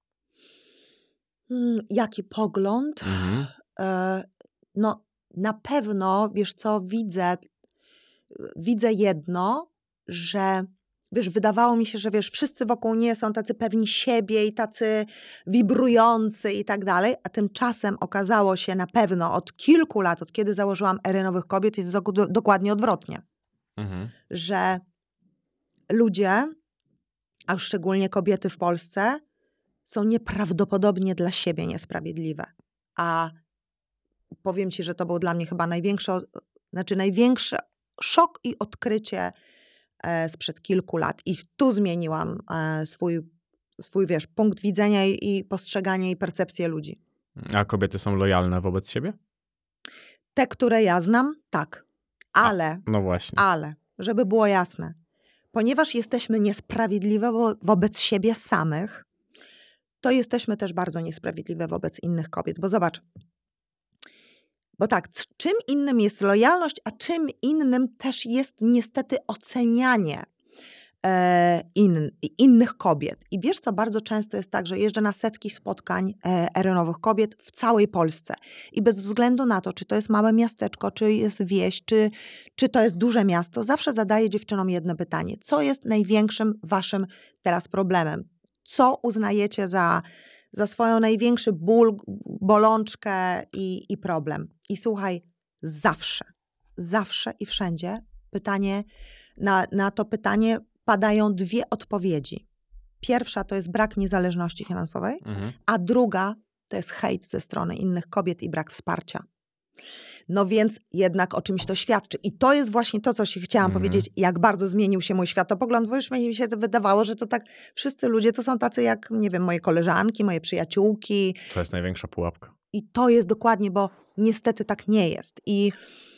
Hmm, jaki pogląd? Mhm. E, no na pewno, wiesz co, widzę, widzę jedno, że wiesz, wydawało mi się, że wiesz, wszyscy wokół mnie są tacy pewni siebie i tacy wibrujący i tak dalej, a tymczasem okazało się na pewno od kilku lat, od kiedy założyłam Erę Nowych Kobiet, jest dok- dokładnie odwrotnie, Mhm. że ludzie, a szczególnie kobiety w Polsce, są nieprawdopodobnie dla siebie niesprawiedliwe. A powiem ci, że to był dla mnie chyba największy, znaczy największy szok i odkrycie e, sprzed kilku lat. I tu zmieniłam e, swój, swój, wiesz, punkt widzenia i, i postrzeganie i percepcję ludzi. A kobiety są lojalne wobec siebie? Te, które ja znam, tak. Ale, No właśnie. ale, żeby było jasne, ponieważ jesteśmy niesprawiedliwe wo- wobec siebie samych, to jesteśmy też bardzo niesprawiedliwe wobec innych kobiet. Bo zobacz, bo tak, c- czym innym jest lojalność, a czym innym też jest niestety ocenianie e, in, innych kobiet. I wiesz co, bardzo często jest tak, że jeżdżę na setki spotkań e, Ery Nowych Kobiet w całej Polsce. I bez względu na to, czy to jest małe miasteczko, czy jest wieś, czy, czy to jest duże miasto, zawsze zadaję dziewczynom jedno pytanie. Co jest największym waszym teraz problemem? co uznajecie za, za swoją największy ból, bolączkę i, i problem. I słuchaj, zawsze, zawsze i wszędzie pytanie, na, na to pytanie padają dwie odpowiedzi. Pierwsza to jest brak niezależności finansowej, Mhm. a druga to jest hejt ze strony innych kobiet i brak wsparcia. No więc jednak o czymś to świadczy. I to jest właśnie to, co się chciałam Mhm. powiedzieć, jak bardzo zmienił się mój światopogląd, bo już mi się to wydawało, że to tak wszyscy ludzie to są tacy jak, nie wiem, moje koleżanki, moje przyjaciółki. To jest największa pułapka. I to jest dokładnie, bo niestety tak nie jest. I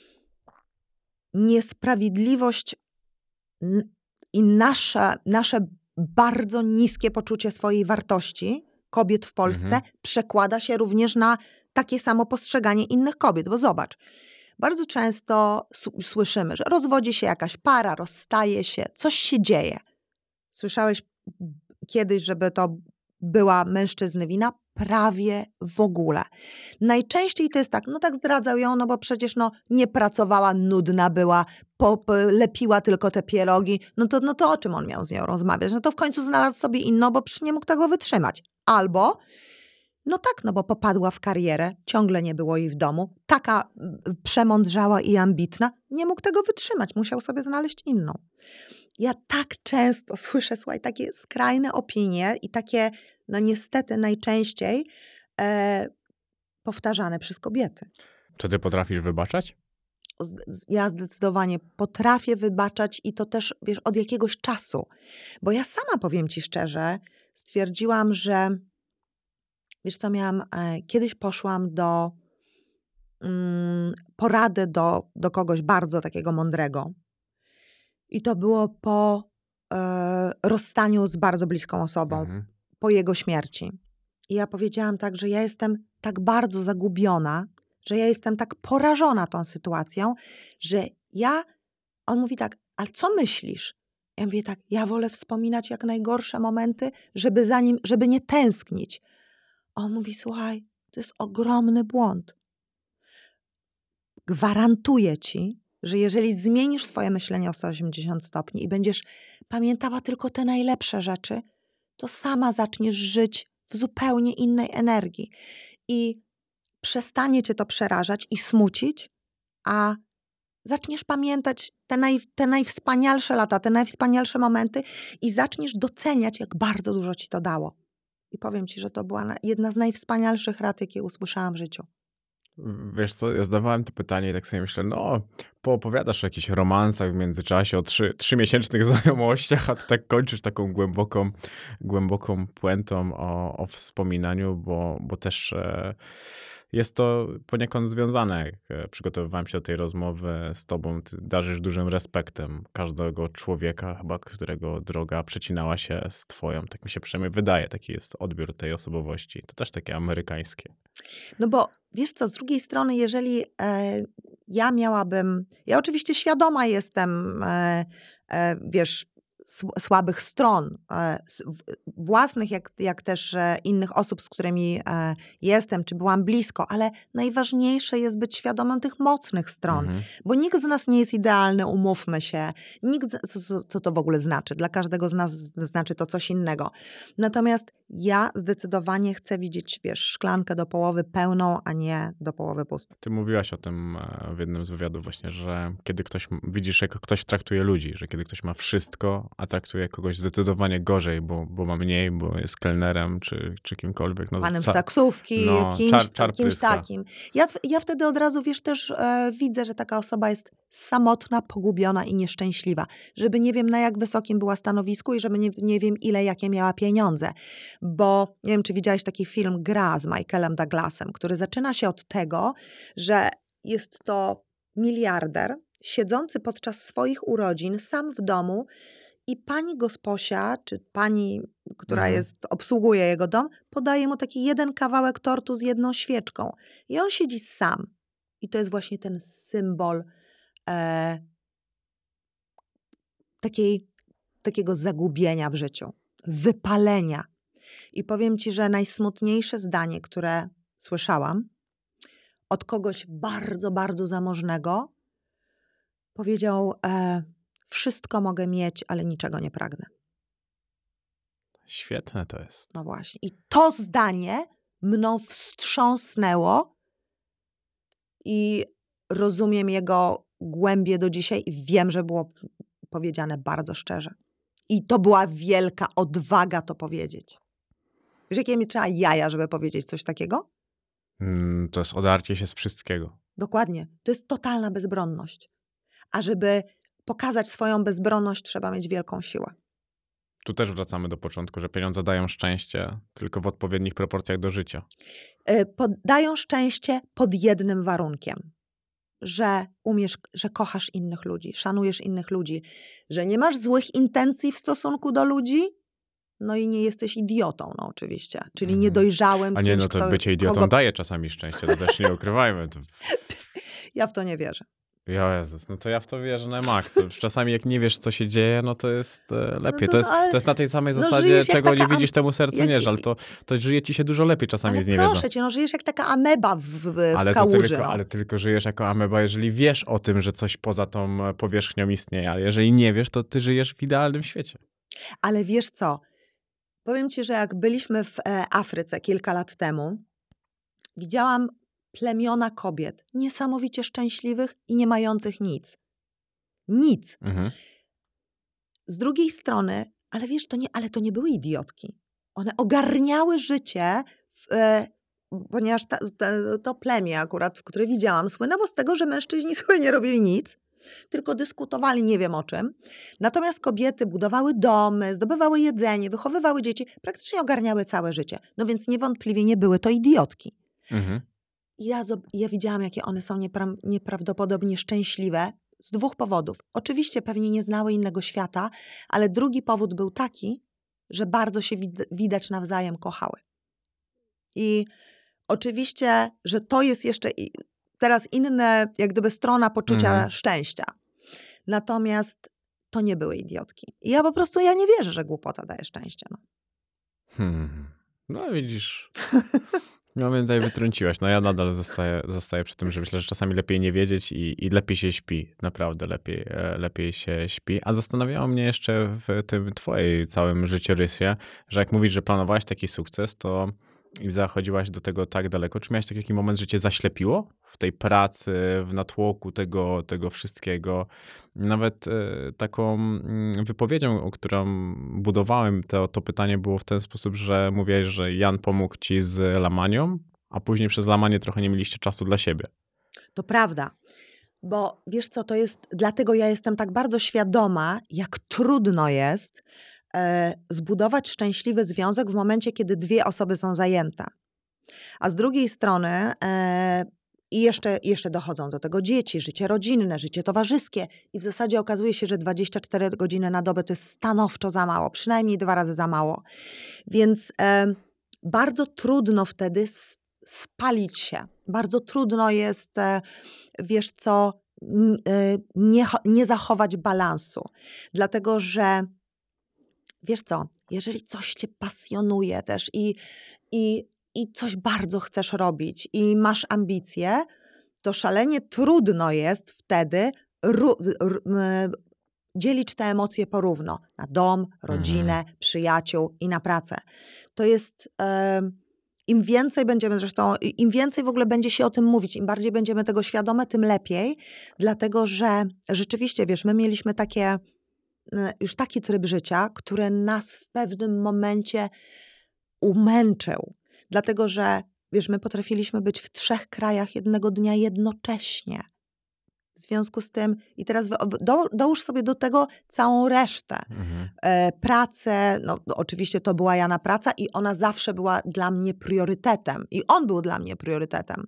niesprawiedliwość n- i nasze, nasze bardzo niskie poczucie swojej wartości kobiet w Polsce Mhm. przekłada się również na takie samo postrzeganie innych kobiet. Bo zobacz, bardzo często s- słyszymy, że rozwodzi się jakaś para, rozstaje się, coś się dzieje. Słyszałeś kiedyś, żeby to była mężczyzny wina? Prawie w ogóle. Najczęściej to jest tak, no tak zdradzał ją, no bo przecież no nie pracowała, nudna była, po, po, lepiła tylko te pierogi, no to, no to o czym on miał z nią rozmawiać? No to w końcu znalazł sobie inną, bo przecież nie mógł tego wytrzymać. Albo, no tak, no bo popadła w karierę, ciągle nie było jej w domu, taka mm, przemądrzała i ambitna, nie mógł tego wytrzymać, musiał sobie znaleźć inną. Ja tak często słyszę, słuchaj, takie skrajne opinie i takie, no niestety najczęściej e, powtarzane przez kobiety. Czy ty potrafisz wybaczać? Z- z- Ja zdecydowanie potrafię wybaczać i to też, wiesz, od jakiegoś czasu. Bo ja sama, powiem ci szczerze, stwierdziłam, że wiesz co, miałam, e, kiedyś poszłam do mm, porady do, do kogoś bardzo takiego mądrego. I to było po e, rozstaniu z bardzo bliską osobą, Mhm. po jego śmierci. I ja powiedziałam tak, że ja jestem tak bardzo zagubiona, że ja jestem tak porażona tą sytuacją, że ja, on mówi tak, ale co myślisz? Ja mówię tak, ja wolę wspominać jak najgorsze momenty, żeby za nim, żeby nie tęsknić. A on mówi, słuchaj, to jest ogromny błąd. Gwarantuję ci, że jeżeli zmienisz swoje myślenie o sto osiemdziesiąt stopni i będziesz pamiętała tylko te najlepsze rzeczy, to sama zaczniesz żyć w zupełnie innej energii. I przestanie cię to przerażać i smucić, a zaczniesz pamiętać te, naj, te najwspanialsze lata, te najwspanialsze momenty i zaczniesz doceniać, jak bardzo dużo ci to dało. I powiem ci, że to była na- jedna z najwspanialszych rad, jakie usłyszałam w życiu. Wiesz co, ja zadawałem to pytanie i tak sobie myślę, no, poopowiadasz o jakichś romansach w międzyczasie, o trzy, trzymiesięcznych znajomościach, a ty tak kończysz taką głęboką, głęboką puentą o, o wspominaniu, bo, bo też e, jest to poniekąd związane. Jak e, przygotowywałem się do tej rozmowy z tobą, ty darzysz dużym respektem każdego człowieka, chyba którego droga przecinała się z twoją. Tak mi się przynajmniej wydaje, taki jest odbiór tej osobowości. To też takie amerykańskie. No bo wiesz co, z drugiej strony, jeżeli e, ja miałabym, ja oczywiście świadoma jestem, e, e, wiesz, sł- słabych stron e, s- w- własnych, jak, jak też e, innych osób, z którymi e, jestem, czy byłam blisko, ale najważniejsze jest być świadomym tych mocnych stron, Mhm. bo nikt z nas nie jest idealny, umówmy się. Nikt, z- co, co- co to w ogóle znaczy? Dla każdego z nas znaczy to coś innego. Natomiast ja zdecydowanie chcę widzieć, wiesz, szklankę do połowy pełną, a nie do połowy pustą. Ty mówiłaś o tym e, w jednym z wywiadów właśnie, że kiedy ktoś, widzisz jak ktoś traktuje ludzi, że kiedy ktoś ma wszystko, a traktuje kogoś zdecydowanie gorzej, bo, bo ma mniej, bo jest kelnerem czy, czy kimkolwiek. No, Panem z ca- taksówki, no, kimś, czar- czar kimś pryska. takim. Ja, ja wtedy od razu, wiesz, też e, widzę, że taka osoba jest samotna, pogubiona i nieszczęśliwa. Żeby nie wiem na jak wysokim była stanowisku i żeby nie, nie wiem ile, jakie miała pieniądze. Bo nie wiem, czy widziałeś taki film Gra z Michaelem Douglasem, który zaczyna się od tego, że jest to miliarder siedzący podczas swoich urodzin sam w domu i pani gosposia, czy pani, która Mhm. jest, obsługuje jego dom, podaje mu taki jeden kawałek tortu z jedną świeczką. I on siedzi sam. I to jest właśnie ten symbol e, takiej, takiego zagubienia w życiu, wypalenia. I powiem ci, że najsmutniejsze zdanie, które słyszałam od kogoś bardzo, bardzo zamożnego, powiedział, e, wszystko mogę mieć, ale niczego nie pragnę. Świetne to jest. No właśnie. I to zdanie mną wstrząsnęło i rozumiem jego głębię do dzisiaj i wiem, że było powiedziane bardzo szczerze. I to była wielka odwaga to powiedzieć. Wiesz, jakie mi trzeba jaja, żeby powiedzieć coś takiego? Mm, to jest odarcie się z wszystkiego. Dokładnie. To jest totalna bezbronność. A żeby pokazać swoją bezbronność, trzeba mieć wielką siłę. Tu też wracamy do początku, że pieniądze dają szczęście tylko w odpowiednich proporcjach do życia. Y, Dają szczęście pod jednym warunkiem. Że umiesz, że kochasz innych ludzi, szanujesz innych ludzi, że nie masz złych intencji w stosunku do ludzi, no i nie jesteś idiotą, no oczywiście, czyli Mhm. niedojrzałym A nie, kimś, no to kto, bycie idiotą kogo... daje czasami szczęście, to też nie ukrywajmy. To... Ja w to nie wierzę. Ja Jezus, no to ja w to wierzę na maks. Czasami jak nie wiesz, co się dzieje, no to jest e, lepiej. No to- to, jest, no ale- to jest na tej samej no zasadzie, żyjesz jak czego taka nie widzisz, am- temu sercu jak- nie żal. To, to żyje ci się dużo lepiej czasami Ale z niewiedzą. proszę cię, no żyjesz jak taka ameba w, w, Ale w to kałuży. tylko, no. ale tylko żyjesz jako ameba, jeżeli wiesz o tym, że coś poza tą e, powierzchnią istnieje. Ale jeżeli nie wiesz, to ty żyjesz w idealnym świecie. Ale wiesz co, powiem ci, że jak byliśmy w e, Afryce kilka lat temu, widziałam plemiona kobiet niesamowicie szczęśliwych i nie mających nic. Nic. Mhm. Z drugiej strony, ale wiesz, to nie, ale to nie były idiotki. One ogarniały życie, w, e, ponieważ ta, ta, to plemię akurat, które widziałam, słynęło z tego, że mężczyźni sobie nie robili nic, tylko dyskutowali nie wiem o czym. Natomiast kobiety budowały domy, zdobywały jedzenie, wychowywały dzieci, praktycznie ogarniały całe życie. No więc niewątpliwie nie były to idiotki. Mhm. I ja, zob- ja widziałam, jakie one są niepra- nieprawdopodobnie szczęśliwe z dwóch powodów. Oczywiście pewnie nie znały innego świata, ale drugi powód był taki, że bardzo się wid- widać nawzajem kochały. I oczywiście, że to jest jeszcze i- teraz inna, jak gdyby strona poczucia Mhm. szczęścia. Natomiast to nie były idiotki. I ja po prostu, ja nie wierzę, że głupota daje szczęście. No. Hmm. No widzisz. No mnie tutaj wytrąciłaś. No ja nadal zostaję, zostaję przy tym, że myślę, że czasami lepiej nie wiedzieć i, i lepiej się śpi. Naprawdę lepiej, e, lepiej się śpi. A zastanawiało mnie jeszcze w tym twojej całym życiorysie, że jak mówisz, że planowałaś taki sukces, to i zachodziłaś do tego tak daleko. Czy miałeś taki moment, że cię zaślepiło w tej pracy, w natłoku tego, tego wszystkiego? Nawet e, taką mm, wypowiedzią, o którą budowałem to, to pytanie było w ten sposób, że mówiłeś, że Jan pomógł ci z lamanią, a później przez lamanie trochę nie mieliście czasu dla siebie. To prawda. Bo wiesz co, to jest, dlatego ja jestem tak bardzo świadoma, jak trudno jest e, zbudować szczęśliwy związek w momencie, kiedy dwie osoby są zajęte. A z drugiej strony e, i jeszcze, jeszcze dochodzą do tego dzieci, życie rodzinne, życie towarzyskie i w zasadzie okazuje się, że dwadzieścia cztery godziny na dobę to jest stanowczo za mało, przynajmniej dwa razy za mało. Więc e, bardzo trudno wtedy s- spalić się. Bardzo trudno jest, e, wiesz co, n- e, nie, cho- nie zachować balansu. Dlatego, że wiesz co, jeżeli coś cię pasjonuje też i, i, i coś bardzo chcesz robić i masz ambicje, to szalenie trudno jest wtedy ru, r, m, dzielić te emocje porówno na dom, rodzinę, przyjaciół i na pracę. To jest... em, Im więcej będziemy, zresztą i- im więcej w ogóle będzie się o tym mówić, im bardziej będziemy tego świadome, tym lepiej, dlatego że rzeczywiście, wiesz, my mieliśmy takie, y, już taki tryb życia, który nas w pewnym momencie umęczył. Dlatego, że wiesz, my potrafiliśmy być w trzech krajach jednego dnia jednocześnie. W związku z tym, i teraz wy- do, dołóż sobie do tego całą resztę. Mhm. E, pracę, no no oczywiście to była Jana praca i ona zawsze była dla mnie priorytetem. I on był dla mnie priorytetem.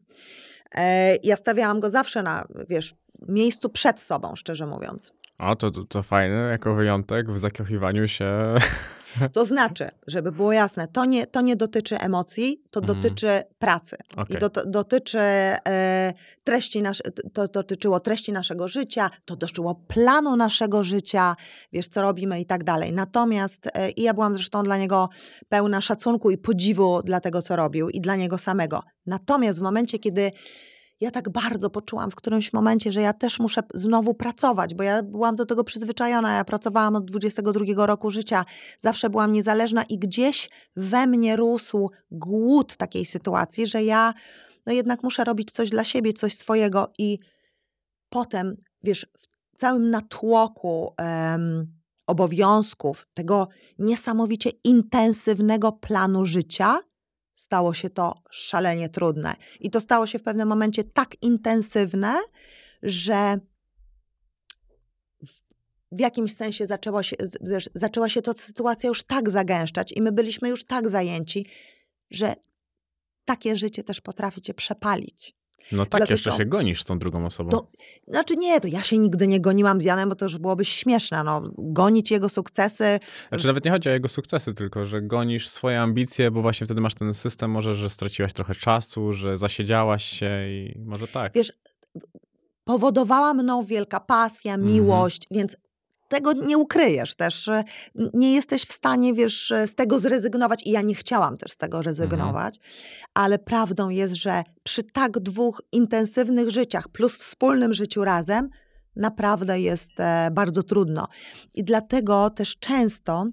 E, ja stawiałam go zawsze na, wiesz, miejscu przed sobą, szczerze mówiąc. A to, to, to fajne, jako wyjątek w zakochiwaniu się. To znaczy, żeby było jasne, to nie, to nie dotyczy emocji, to Mhm. dotyczy pracy. Okej. I to, to dotyczy e, treści, nasz, to dotyczyło treści naszego życia, to dotyczyło planu naszego życia, wiesz, co robimy i tak dalej. Natomiast, e, i ja byłam zresztą dla niego pełna szacunku i podziwu dla tego, co robił i dla niego samego. Natomiast w momencie, kiedy ja tak bardzo poczułam w którymś momencie, że ja też muszę znowu pracować, bo ja byłam do tego przyzwyczajona. Ja pracowałam od dwudziestego drugiego roku życia. Zawsze byłam niezależna i gdzieś we mnie rósł głód takiej sytuacji, że ja no jednak muszę robić coś dla siebie, coś swojego i potem, wiesz, w całym natłoku em, obowiązków, tego niesamowicie intensywnego planu życia, stało się to szalenie trudne. I to stało się w pewnym momencie tak intensywne, że w, w jakimś sensie zaczęło się, z- zaczęła się ta sytuacja już tak zagęszczać i my byliśmy już tak zajęci, że takie życie też potrafi cię przepalić. No tak, Dlatego- jeszcze się gonisz z tą drugą osobą. To, znaczy nie, to ja się nigdy nie goniłam z Janem, bo to już byłoby śmieszne. No, gonić jego sukcesy. Znaczy nawet nie chodzi o jego sukcesy, tylko że gonisz swoje ambicje, bo właśnie wtedy masz ten system, może, że straciłaś trochę czasu, że zasiedziałaś się i może tak. Wiesz, powodowała mną wielka pasja, Mhm. miłość, więc tego nie ukryjesz też. że Nie jesteś w stanie, wiesz, z tego zrezygnować i ja nie chciałam też z tego rezygnować, ale prawdą jest, że przy tak dwóch intensywnych życiach plus wspólnym życiu razem naprawdę jest e, bardzo trudno. I dlatego też często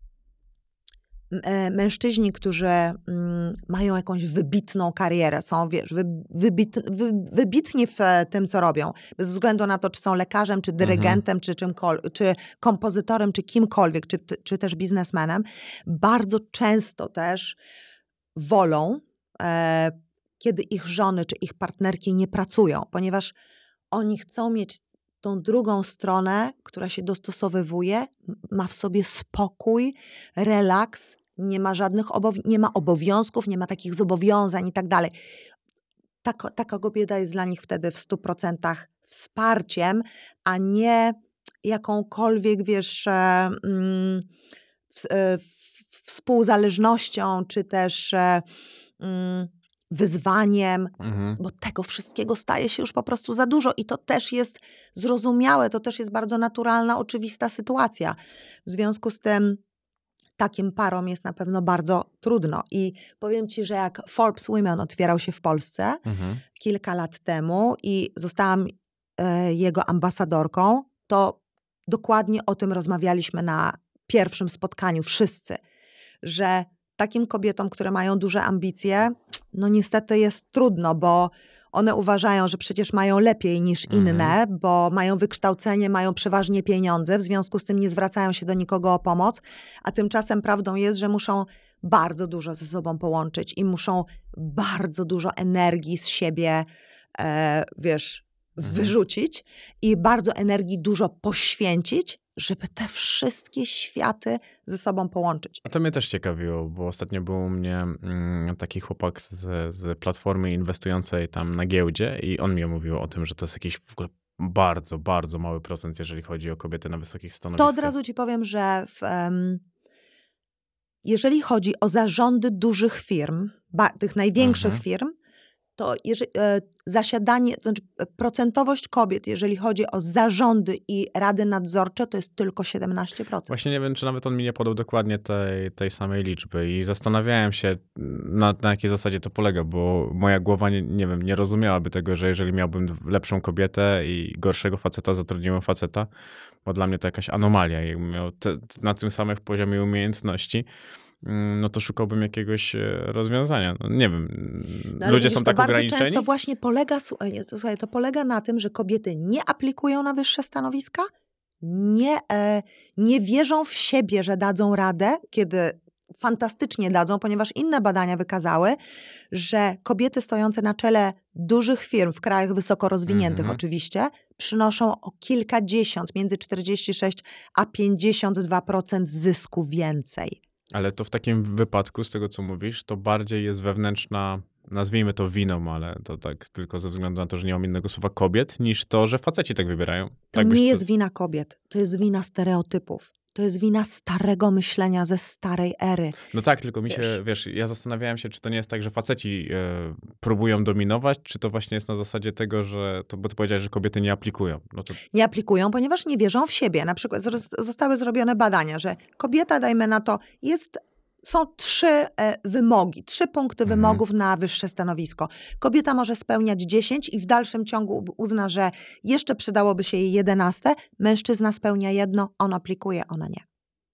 m- e, mężczyźni, którzy mm, mają jakąś wybitną karierę, są, wiesz, wy, wybit, wy, wybitni w e, tym, co robią, bez względu na to, czy są lekarzem, czy dyrygentem, czy, czymkol- czy kompozytorem, czy kimkolwiek, czy, czy też biznesmenem, bardzo często też wolą, e, kiedy ich żony, czy ich partnerki nie pracują, ponieważ oni chcą mieć tą drugą stronę, która się dostosowywuje, m- ma w sobie spokój, relaks, nie ma żadnych obow- nie ma obowiązków, nie ma takich zobowiązań i tak dalej. Taka, taka kobieta jest dla nich wtedy w stu procentach wsparciem, a nie jakąkolwiek, wiesz, e, mm, w, e, w- współzależnością, czy też e, mm, wyzwaniem, Mhm. bo tego wszystkiego staje się już po prostu za dużo i to też jest zrozumiałe, to też jest bardzo naturalna, oczywista sytuacja. W związku z tym takim parom jest na pewno bardzo trudno i powiem ci, że jak Forbes Women otwierał się w Polsce Mhm. kilka lat temu i zostałam e, jego ambasadorką, to dokładnie o tym rozmawialiśmy na pierwszym spotkaniu wszyscy, że takim kobietom, które mają duże ambicje, no niestety jest trudno, bo one uważają, że przecież mają lepiej niż Mhm. inne, bo mają wykształcenie, mają przeważnie pieniądze, w związku z tym nie zwracają się do nikogo o pomoc, a tymczasem prawdą jest, że muszą bardzo dużo ze sobą połączyć i muszą bardzo dużo energii z siebie, e, wiesz, Mhm. wyrzucić i bardzo energii dużo poświęcić, żeby te wszystkie światy ze sobą połączyć. A to mnie też ciekawiło, bo ostatnio był u mnie mm, taki chłopak z, z platformy inwestującej tam na giełdzie i on mi mówił o tym, że to jest jakiś w ogóle bardzo, bardzo mały procent, jeżeli chodzi o kobiety na wysokich To stanowiskach. od razu ci powiem, że w, em, jeżeli chodzi o zarządy dużych firm, ba, tych największych Mhm. firm, to jeżeli, e, zasiadanie, to znaczy e, procentowość kobiet, jeżeli chodzi o zarządy i rady nadzorcze, to jest tylko siedemnaście procent. Właśnie nie wiem, czy nawet on mi nie podał dokładnie tej, tej samej liczby i zastanawiałem się, na, na jakiej zasadzie to polega, bo moja głowa, nie, nie wiem, nie rozumiałaby tego, że jeżeli miałbym lepszą kobietę i gorszego faceta, zatrudniłem faceta, bo dla mnie to jakaś anomalia. Jakbym miał te, na tym samym poziomie umiejętności, mm, no to szukałbym jakiegoś e, rozwiązania. No, nie wiem, No, ale ludzie widzisz, są to tak bardzo ograniczeni. często właśnie polega, słuchaj, nie, to, słuchaj, to polega na tym, że kobiety nie aplikują na wyższe stanowiska, nie, e, nie wierzą w siebie, że dadzą radę, kiedy fantastycznie dadzą, ponieważ inne badania wykazały, że kobiety stojące na czele dużych firm w krajach wysoko rozwiniętych Mhm. oczywiście, przynoszą o kilkadziesiąt, między czterdzieści sześć a pięćdziesiąt dwa procent zysku więcej. Ale to w takim wypadku, z tego co mówisz, to bardziej jest wewnętrzna, nazwijmy to winą, ale to tak tylko ze względu na to, że nie mam innego słowa, kobiet, niż to, że faceci tak wybierają. To Tak byś nie to- jest wina kobiet, to jest wina stereotypów. To jest wina starego myślenia ze starej ery. No tak, tylko mi się, Wiesz. wiesz, ja zastanawiałem się, czy to nie jest tak, że faceci e, próbują dominować, czy to właśnie jest na zasadzie tego, że, to, bo ty powiedziałeś, że kobiety nie aplikują. No to Nie aplikują, ponieważ nie wierzą w siebie. Na przykład zro- zostały zrobione badania, że kobieta, dajmy na to, jest są trzy e, wymogi, trzy punkty Mhm. wymogów na wyższe stanowisko. Kobieta może spełniać dziesięć i w dalszym ciągu uzna, że jeszcze przydałoby się jej jedenaste. Mężczyzna spełnia jedno, on aplikuje, ona nie.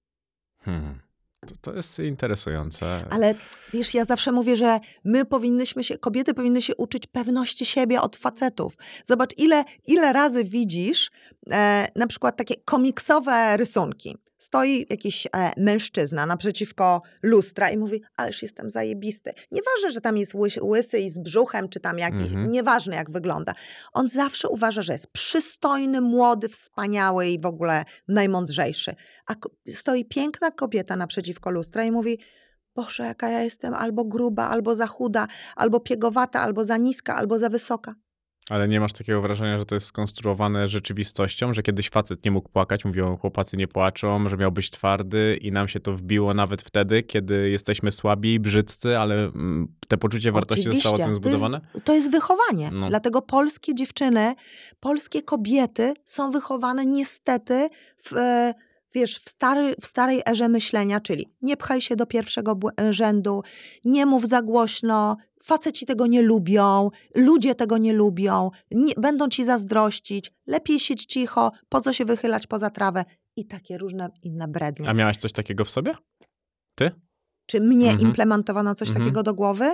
Hmm. To, to jest interesujące. Ale wiesz, ja zawsze mówię, że my powinnyśmy się, kobiety powinny się uczyć pewności siebie od facetów. Zobacz, ile, ile razy widzisz e, na przykład takie komiksowe rysunki. Stoi jakiś e, mężczyzna naprzeciwko lustra i mówi, ależ jestem zajebisty. Nieważne, że tam jest łys, łysy i z brzuchem, czy tam jakiś, Mhm. nieważne jak wygląda. On zawsze uważa, że jest przystojny, młody, wspaniały i w ogóle najmądrzejszy. A ko- stoi piękna kobieta naprzeciwko lustra i mówi, Boże, jaka ja jestem albo gruba, albo za chuda, albo piegowata, albo za niska, albo za wysoka. Ale nie masz takiego wrażenia, że to jest skonstruowane rzeczywistością, że kiedyś facet nie mógł płakać, mówią, chłopacy nie płaczą, że miał być twardy i nam się to wbiło nawet wtedy, kiedy jesteśmy słabi, brzydcy, ale mm, te poczucie wartości zostało tym zbudowane? To jest, to jest wychowanie. No. Dlatego polskie dziewczyny, polskie kobiety są wychowane niestety w, e, wiesz, w, stary, w starej erze myślenia, czyli nie pchaj się do pierwszego bł- rzędu, nie mów za głośno, faceci tego nie lubią, ludzie tego nie lubią, nie, będą ci zazdrościć, lepiej siedź cicho, po co się wychylać poza trawę i takie różne inne brednie. A miałaś coś takiego w sobie? Ty? Czy mnie Mhm. implementowano coś Mhm. takiego do głowy?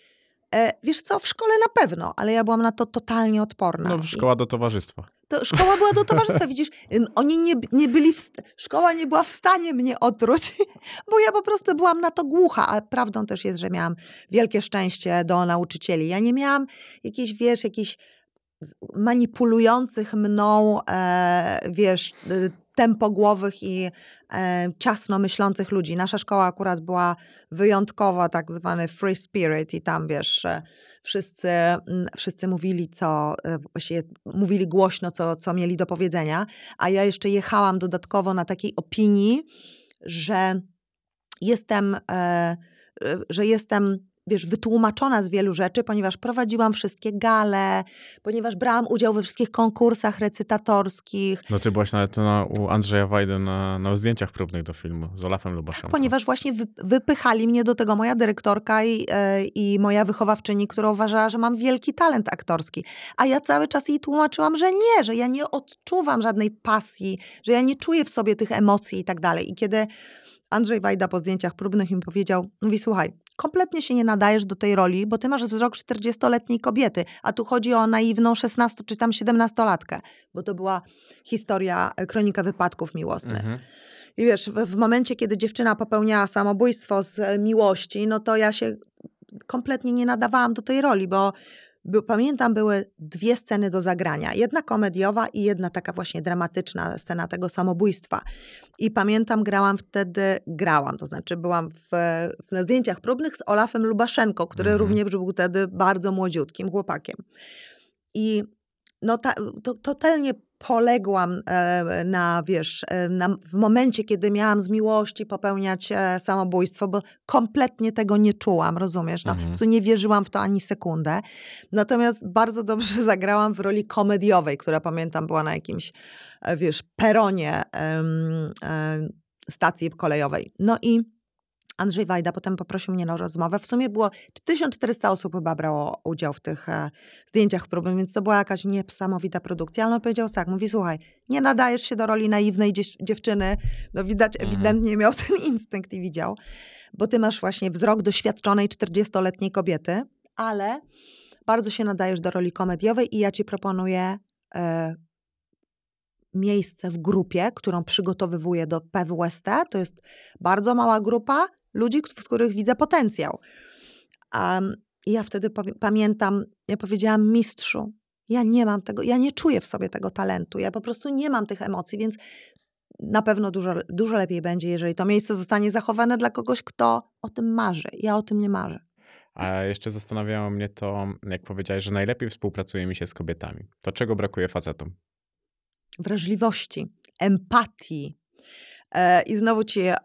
E, wiesz co, w szkole na pewno, ale ja byłam na to totalnie odporna. No, I szkoła do towarzystwa. to szkoła była do towarzystwa, widzisz, ym, oni nie, nie byli, w, st- szkoła nie była w stanie mnie otruć, bo ja po prostu byłam na to głucha, a prawdą też jest, że miałam wielkie szczęście do nauczycieli. Ja nie miałam jakichś, wiesz, jakichś z- manipulujących mną, e, wiesz, y, tempogłowych i e, ciasno myślących ludzi. Nasza szkoła akurat była wyjątkowa, tak zwany free spirit i tam, wiesz, e, wszyscy, mm, wszyscy mówili, co, e, właściwie mówili głośno, co, co mieli do powiedzenia, a ja jeszcze jechałam dodatkowo na takiej opinii, że jestem, e, e, że jestem, wiesz, wytłumaczona z wielu rzeczy, ponieważ prowadziłam wszystkie gale, ponieważ brałam udział we wszystkich konkursach recytatorskich, No ty byłaś nawet na, u Andrzeja Wajdy na, na zdjęciach próbnych do filmu z Olafem Lubaszenką. ponieważ właśnie wy, wypychali mnie do tego moja dyrektorka i, e, i moja wychowawczyni, która uważała, że mam wielki talent aktorski. A ja cały czas jej tłumaczyłam, że nie, że ja nie odczuwam żadnej pasji, że ja nie czuję w sobie tych emocji i tak dalej. I kiedy Andrzej Wajda po zdjęciach próbnych mi powiedział, mówi, słuchaj, kompletnie się nie nadajesz do tej roli, bo ty masz wzrok czterdziestoletniej kobiety, a tu chodzi o naiwną szesnasto czy tam siedemnastolatkę, bo to była historia, e, kronika wypadków miłosnych. Mhm. I wiesz, w, w momencie, kiedy dziewczyna popełniała samobójstwo z e, miłości, no to ja się kompletnie nie nadawałam do tej roli, bo by, pamiętam, były dwie sceny do zagrania. Jedna komediowa i jedna taka właśnie dramatyczna scena tego samobójstwa. I pamiętam, grałam wtedy, grałam, to znaczy byłam w, w, na zdjęciach próbnych z Olafem Lubaszenką, który Mhm. również był wtedy bardzo młodziutkim chłopakiem. I no ta, to, totalnie poległam e, na, wiesz, e, na, w momencie, kiedy miałam z miłości popełniać e, samobójstwo, bo kompletnie tego nie czułam, rozumiesz? No, Mhm. po prostu nie wierzyłam w to ani sekundę. Natomiast bardzo dobrze zagrałam w roli komediowej, która pamiętam była na jakimś, e, wiesz, peronie em, em, stacji kolejowej. No i Andrzej Wajda potem poprosił mnie na rozmowę. W sumie było tysiąc czterysta osób chyba brało udział w tych e, zdjęciach próbnych, więc to była jakaś niesamowita produkcja. Ale on powiedział tak, mówi, słuchaj, nie nadajesz się do roli naiwnej dziew- dziewczyny. No widać, Mhm. ewidentnie miał ten instynkt i widział, bo ty masz właśnie wzrok doświadczonej czterdziestoletniej kobiety, ale bardzo się nadajesz do roli komediowej i ja ci proponuję e, miejsce w grupie, którą przygotowywuję do P W S T. To jest bardzo mała grupa ludzi, w których widzę potencjał. Um, I ja wtedy powie- pamiętam, ja powiedziałam, mistrzu, ja nie mam tego, ja nie czuję w sobie tego talentu, ja po prostu nie mam tych emocji, więc na pewno dużo, dużo lepiej będzie, jeżeli to miejsce zostanie zachowane dla kogoś, kto o tym marzy. Ja o tym nie marzę. A jeszcze zastanawiało mnie to, jak powiedziałeś, że najlepiej współpracuje mi się z kobietami. To czego brakuje facetom? Wrażliwości, empatii. E, I znowu ci e,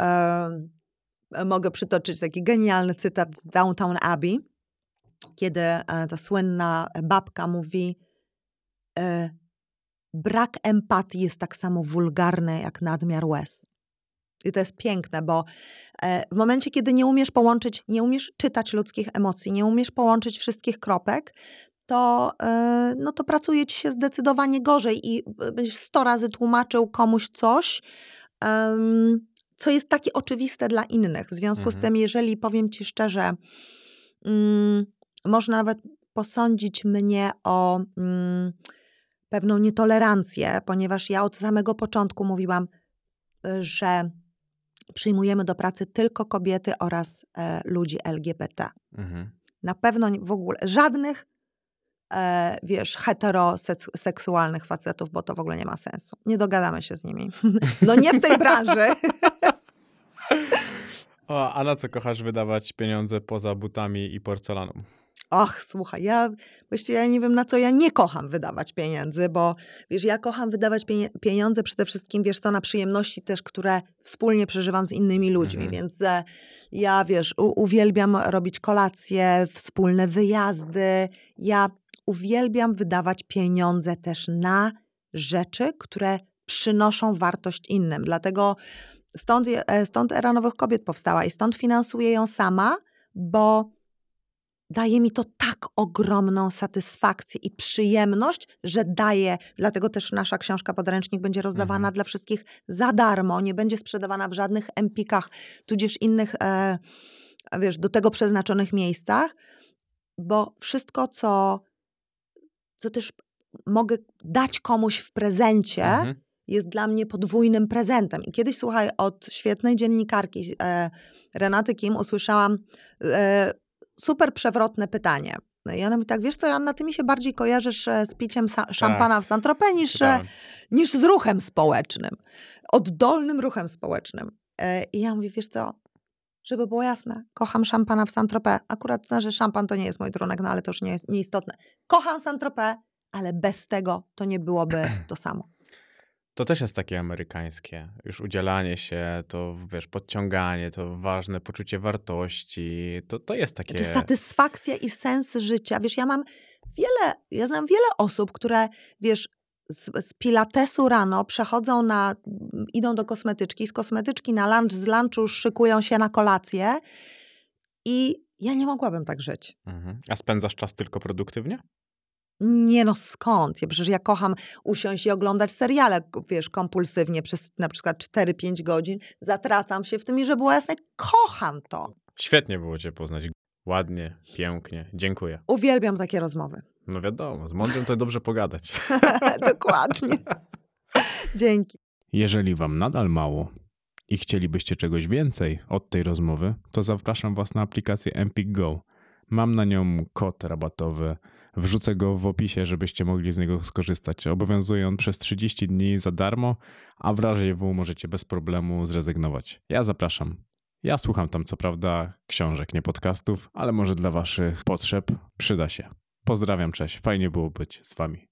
mogę przytoczyć taki genialny cytat z Downton Abbey, kiedy e, ta słynna babka mówi, e, brak empatii jest tak samo wulgarny jak nadmiar łez. I to jest piękne, bo w momencie, kiedy nie umiesz połączyć, nie umiesz czytać ludzkich emocji, nie umiesz połączyć wszystkich kropek, to, no to pracuje ci się zdecydowanie gorzej i będziesz sto razy tłumaczył komuś coś, co jest takie oczywiste dla innych. W związku Mhm. z tym, jeżeli powiem ci szczerze, mm, można nawet posądzić mnie o mm, pewną nietolerancję, ponieważ ja od samego początku mówiłam, że przyjmujemy do pracy tylko kobiety oraz e, ludzi L G B T. Mhm. Na pewno w ogóle żadnych, e, wiesz, heteroseksualnych facetów, bo to w ogóle nie ma sensu. Nie dogadamy się z nimi. No nie w tej branży. O, a na co kochasz wydawać pieniądze poza butami i porcelaną? Och, słuchaj, ja właściwie ja nie wiem, na co ja nie kocham wydawać pieniędzy, bo wiesz, ja kocham wydawać pienie- pieniądze przede wszystkim, wiesz co, na przyjemności też, które wspólnie przeżywam z innymi ludźmi, Mhm. więc e, ja, wiesz, u- uwielbiam robić kolacje, wspólne wyjazdy, ja uwielbiam wydawać pieniądze też na rzeczy, które przynoszą wartość innym, dlatego stąd, je- e, stąd Era Nowych Kobiet powstała i stąd finansuję ją sama, bo daje mi to tak ogromną satysfakcję i przyjemność, że daje, dlatego też nasza książka podręcznik będzie rozdawana Mhm. dla wszystkich za darmo, nie będzie sprzedawana w żadnych empikach, tudzież innych, e, wiesz, do tego przeznaczonych miejscach, bo wszystko, co, co też mogę dać komuś w prezencie, Mhm. jest dla mnie podwójnym prezentem. I kiedyś, słuchaj, od świetnej dziennikarki e, Renaty Kim usłyszałam e, super przewrotne pytanie. No i ona mi tak, wiesz co, Joanna, ty mi się bardziej kojarzysz e, z piciem sa- szampana w Saint-Tropez niż, e, Czytałem. niż z ruchem społecznym. Oddolnym ruchem społecznym. E, I ja mówię, wiesz co, żeby było jasne, kocham szampana w Saint-Tropez. Akurat, że szampan to nie jest mój trunek, no ale to już nie jest nieistotne. Kocham Saint-Tropez, ale bez tego to nie byłoby to samo. To też jest takie amerykańskie. Już udzielanie się, to wiesz, podciąganie, to ważne poczucie wartości. To, to jest takie... Czy satysfakcja i sens życia. Wiesz, ja mam wiele, ja znam wiele osób, które, wiesz, z, z pilatesu rano przechodzą na, idą do kosmetyczki, z kosmetyczki na lunch, z lunchu szykują się na kolację i ja nie mogłabym tak żyć. Mhm. A spędzasz czas tylko produktywnie? Nie no, skąd? Ja, przecież ja kocham usiąść i oglądać seriale, wiesz, kompulsywnie przez na przykład cztery pięć godzin. Zatracam się w tym i żeby było jasne, kocham to. Świetnie było cię poznać. Ładnie, pięknie. Dziękuję. Uwielbiam takie rozmowy. No wiadomo, z mądrym to dobrze pogadać. Dokładnie. Dzięki. Jeżeli wam nadal mało i chcielibyście czegoś więcej od tej rozmowy, to zapraszam was na aplikację Empik Go. Mam na nią kod rabatowy. Wrzucę go w opisie, żebyście mogli z niego skorzystać. Obowiązuje on przez trzydzieści dni za darmo, a w razie W możecie bez problemu zrezygnować. Ja zapraszam. Ja słucham tam co prawda książek, nie podcastów, ale może dla waszych potrzeb przyda się. Pozdrawiam, cześć. Fajnie było być z wami.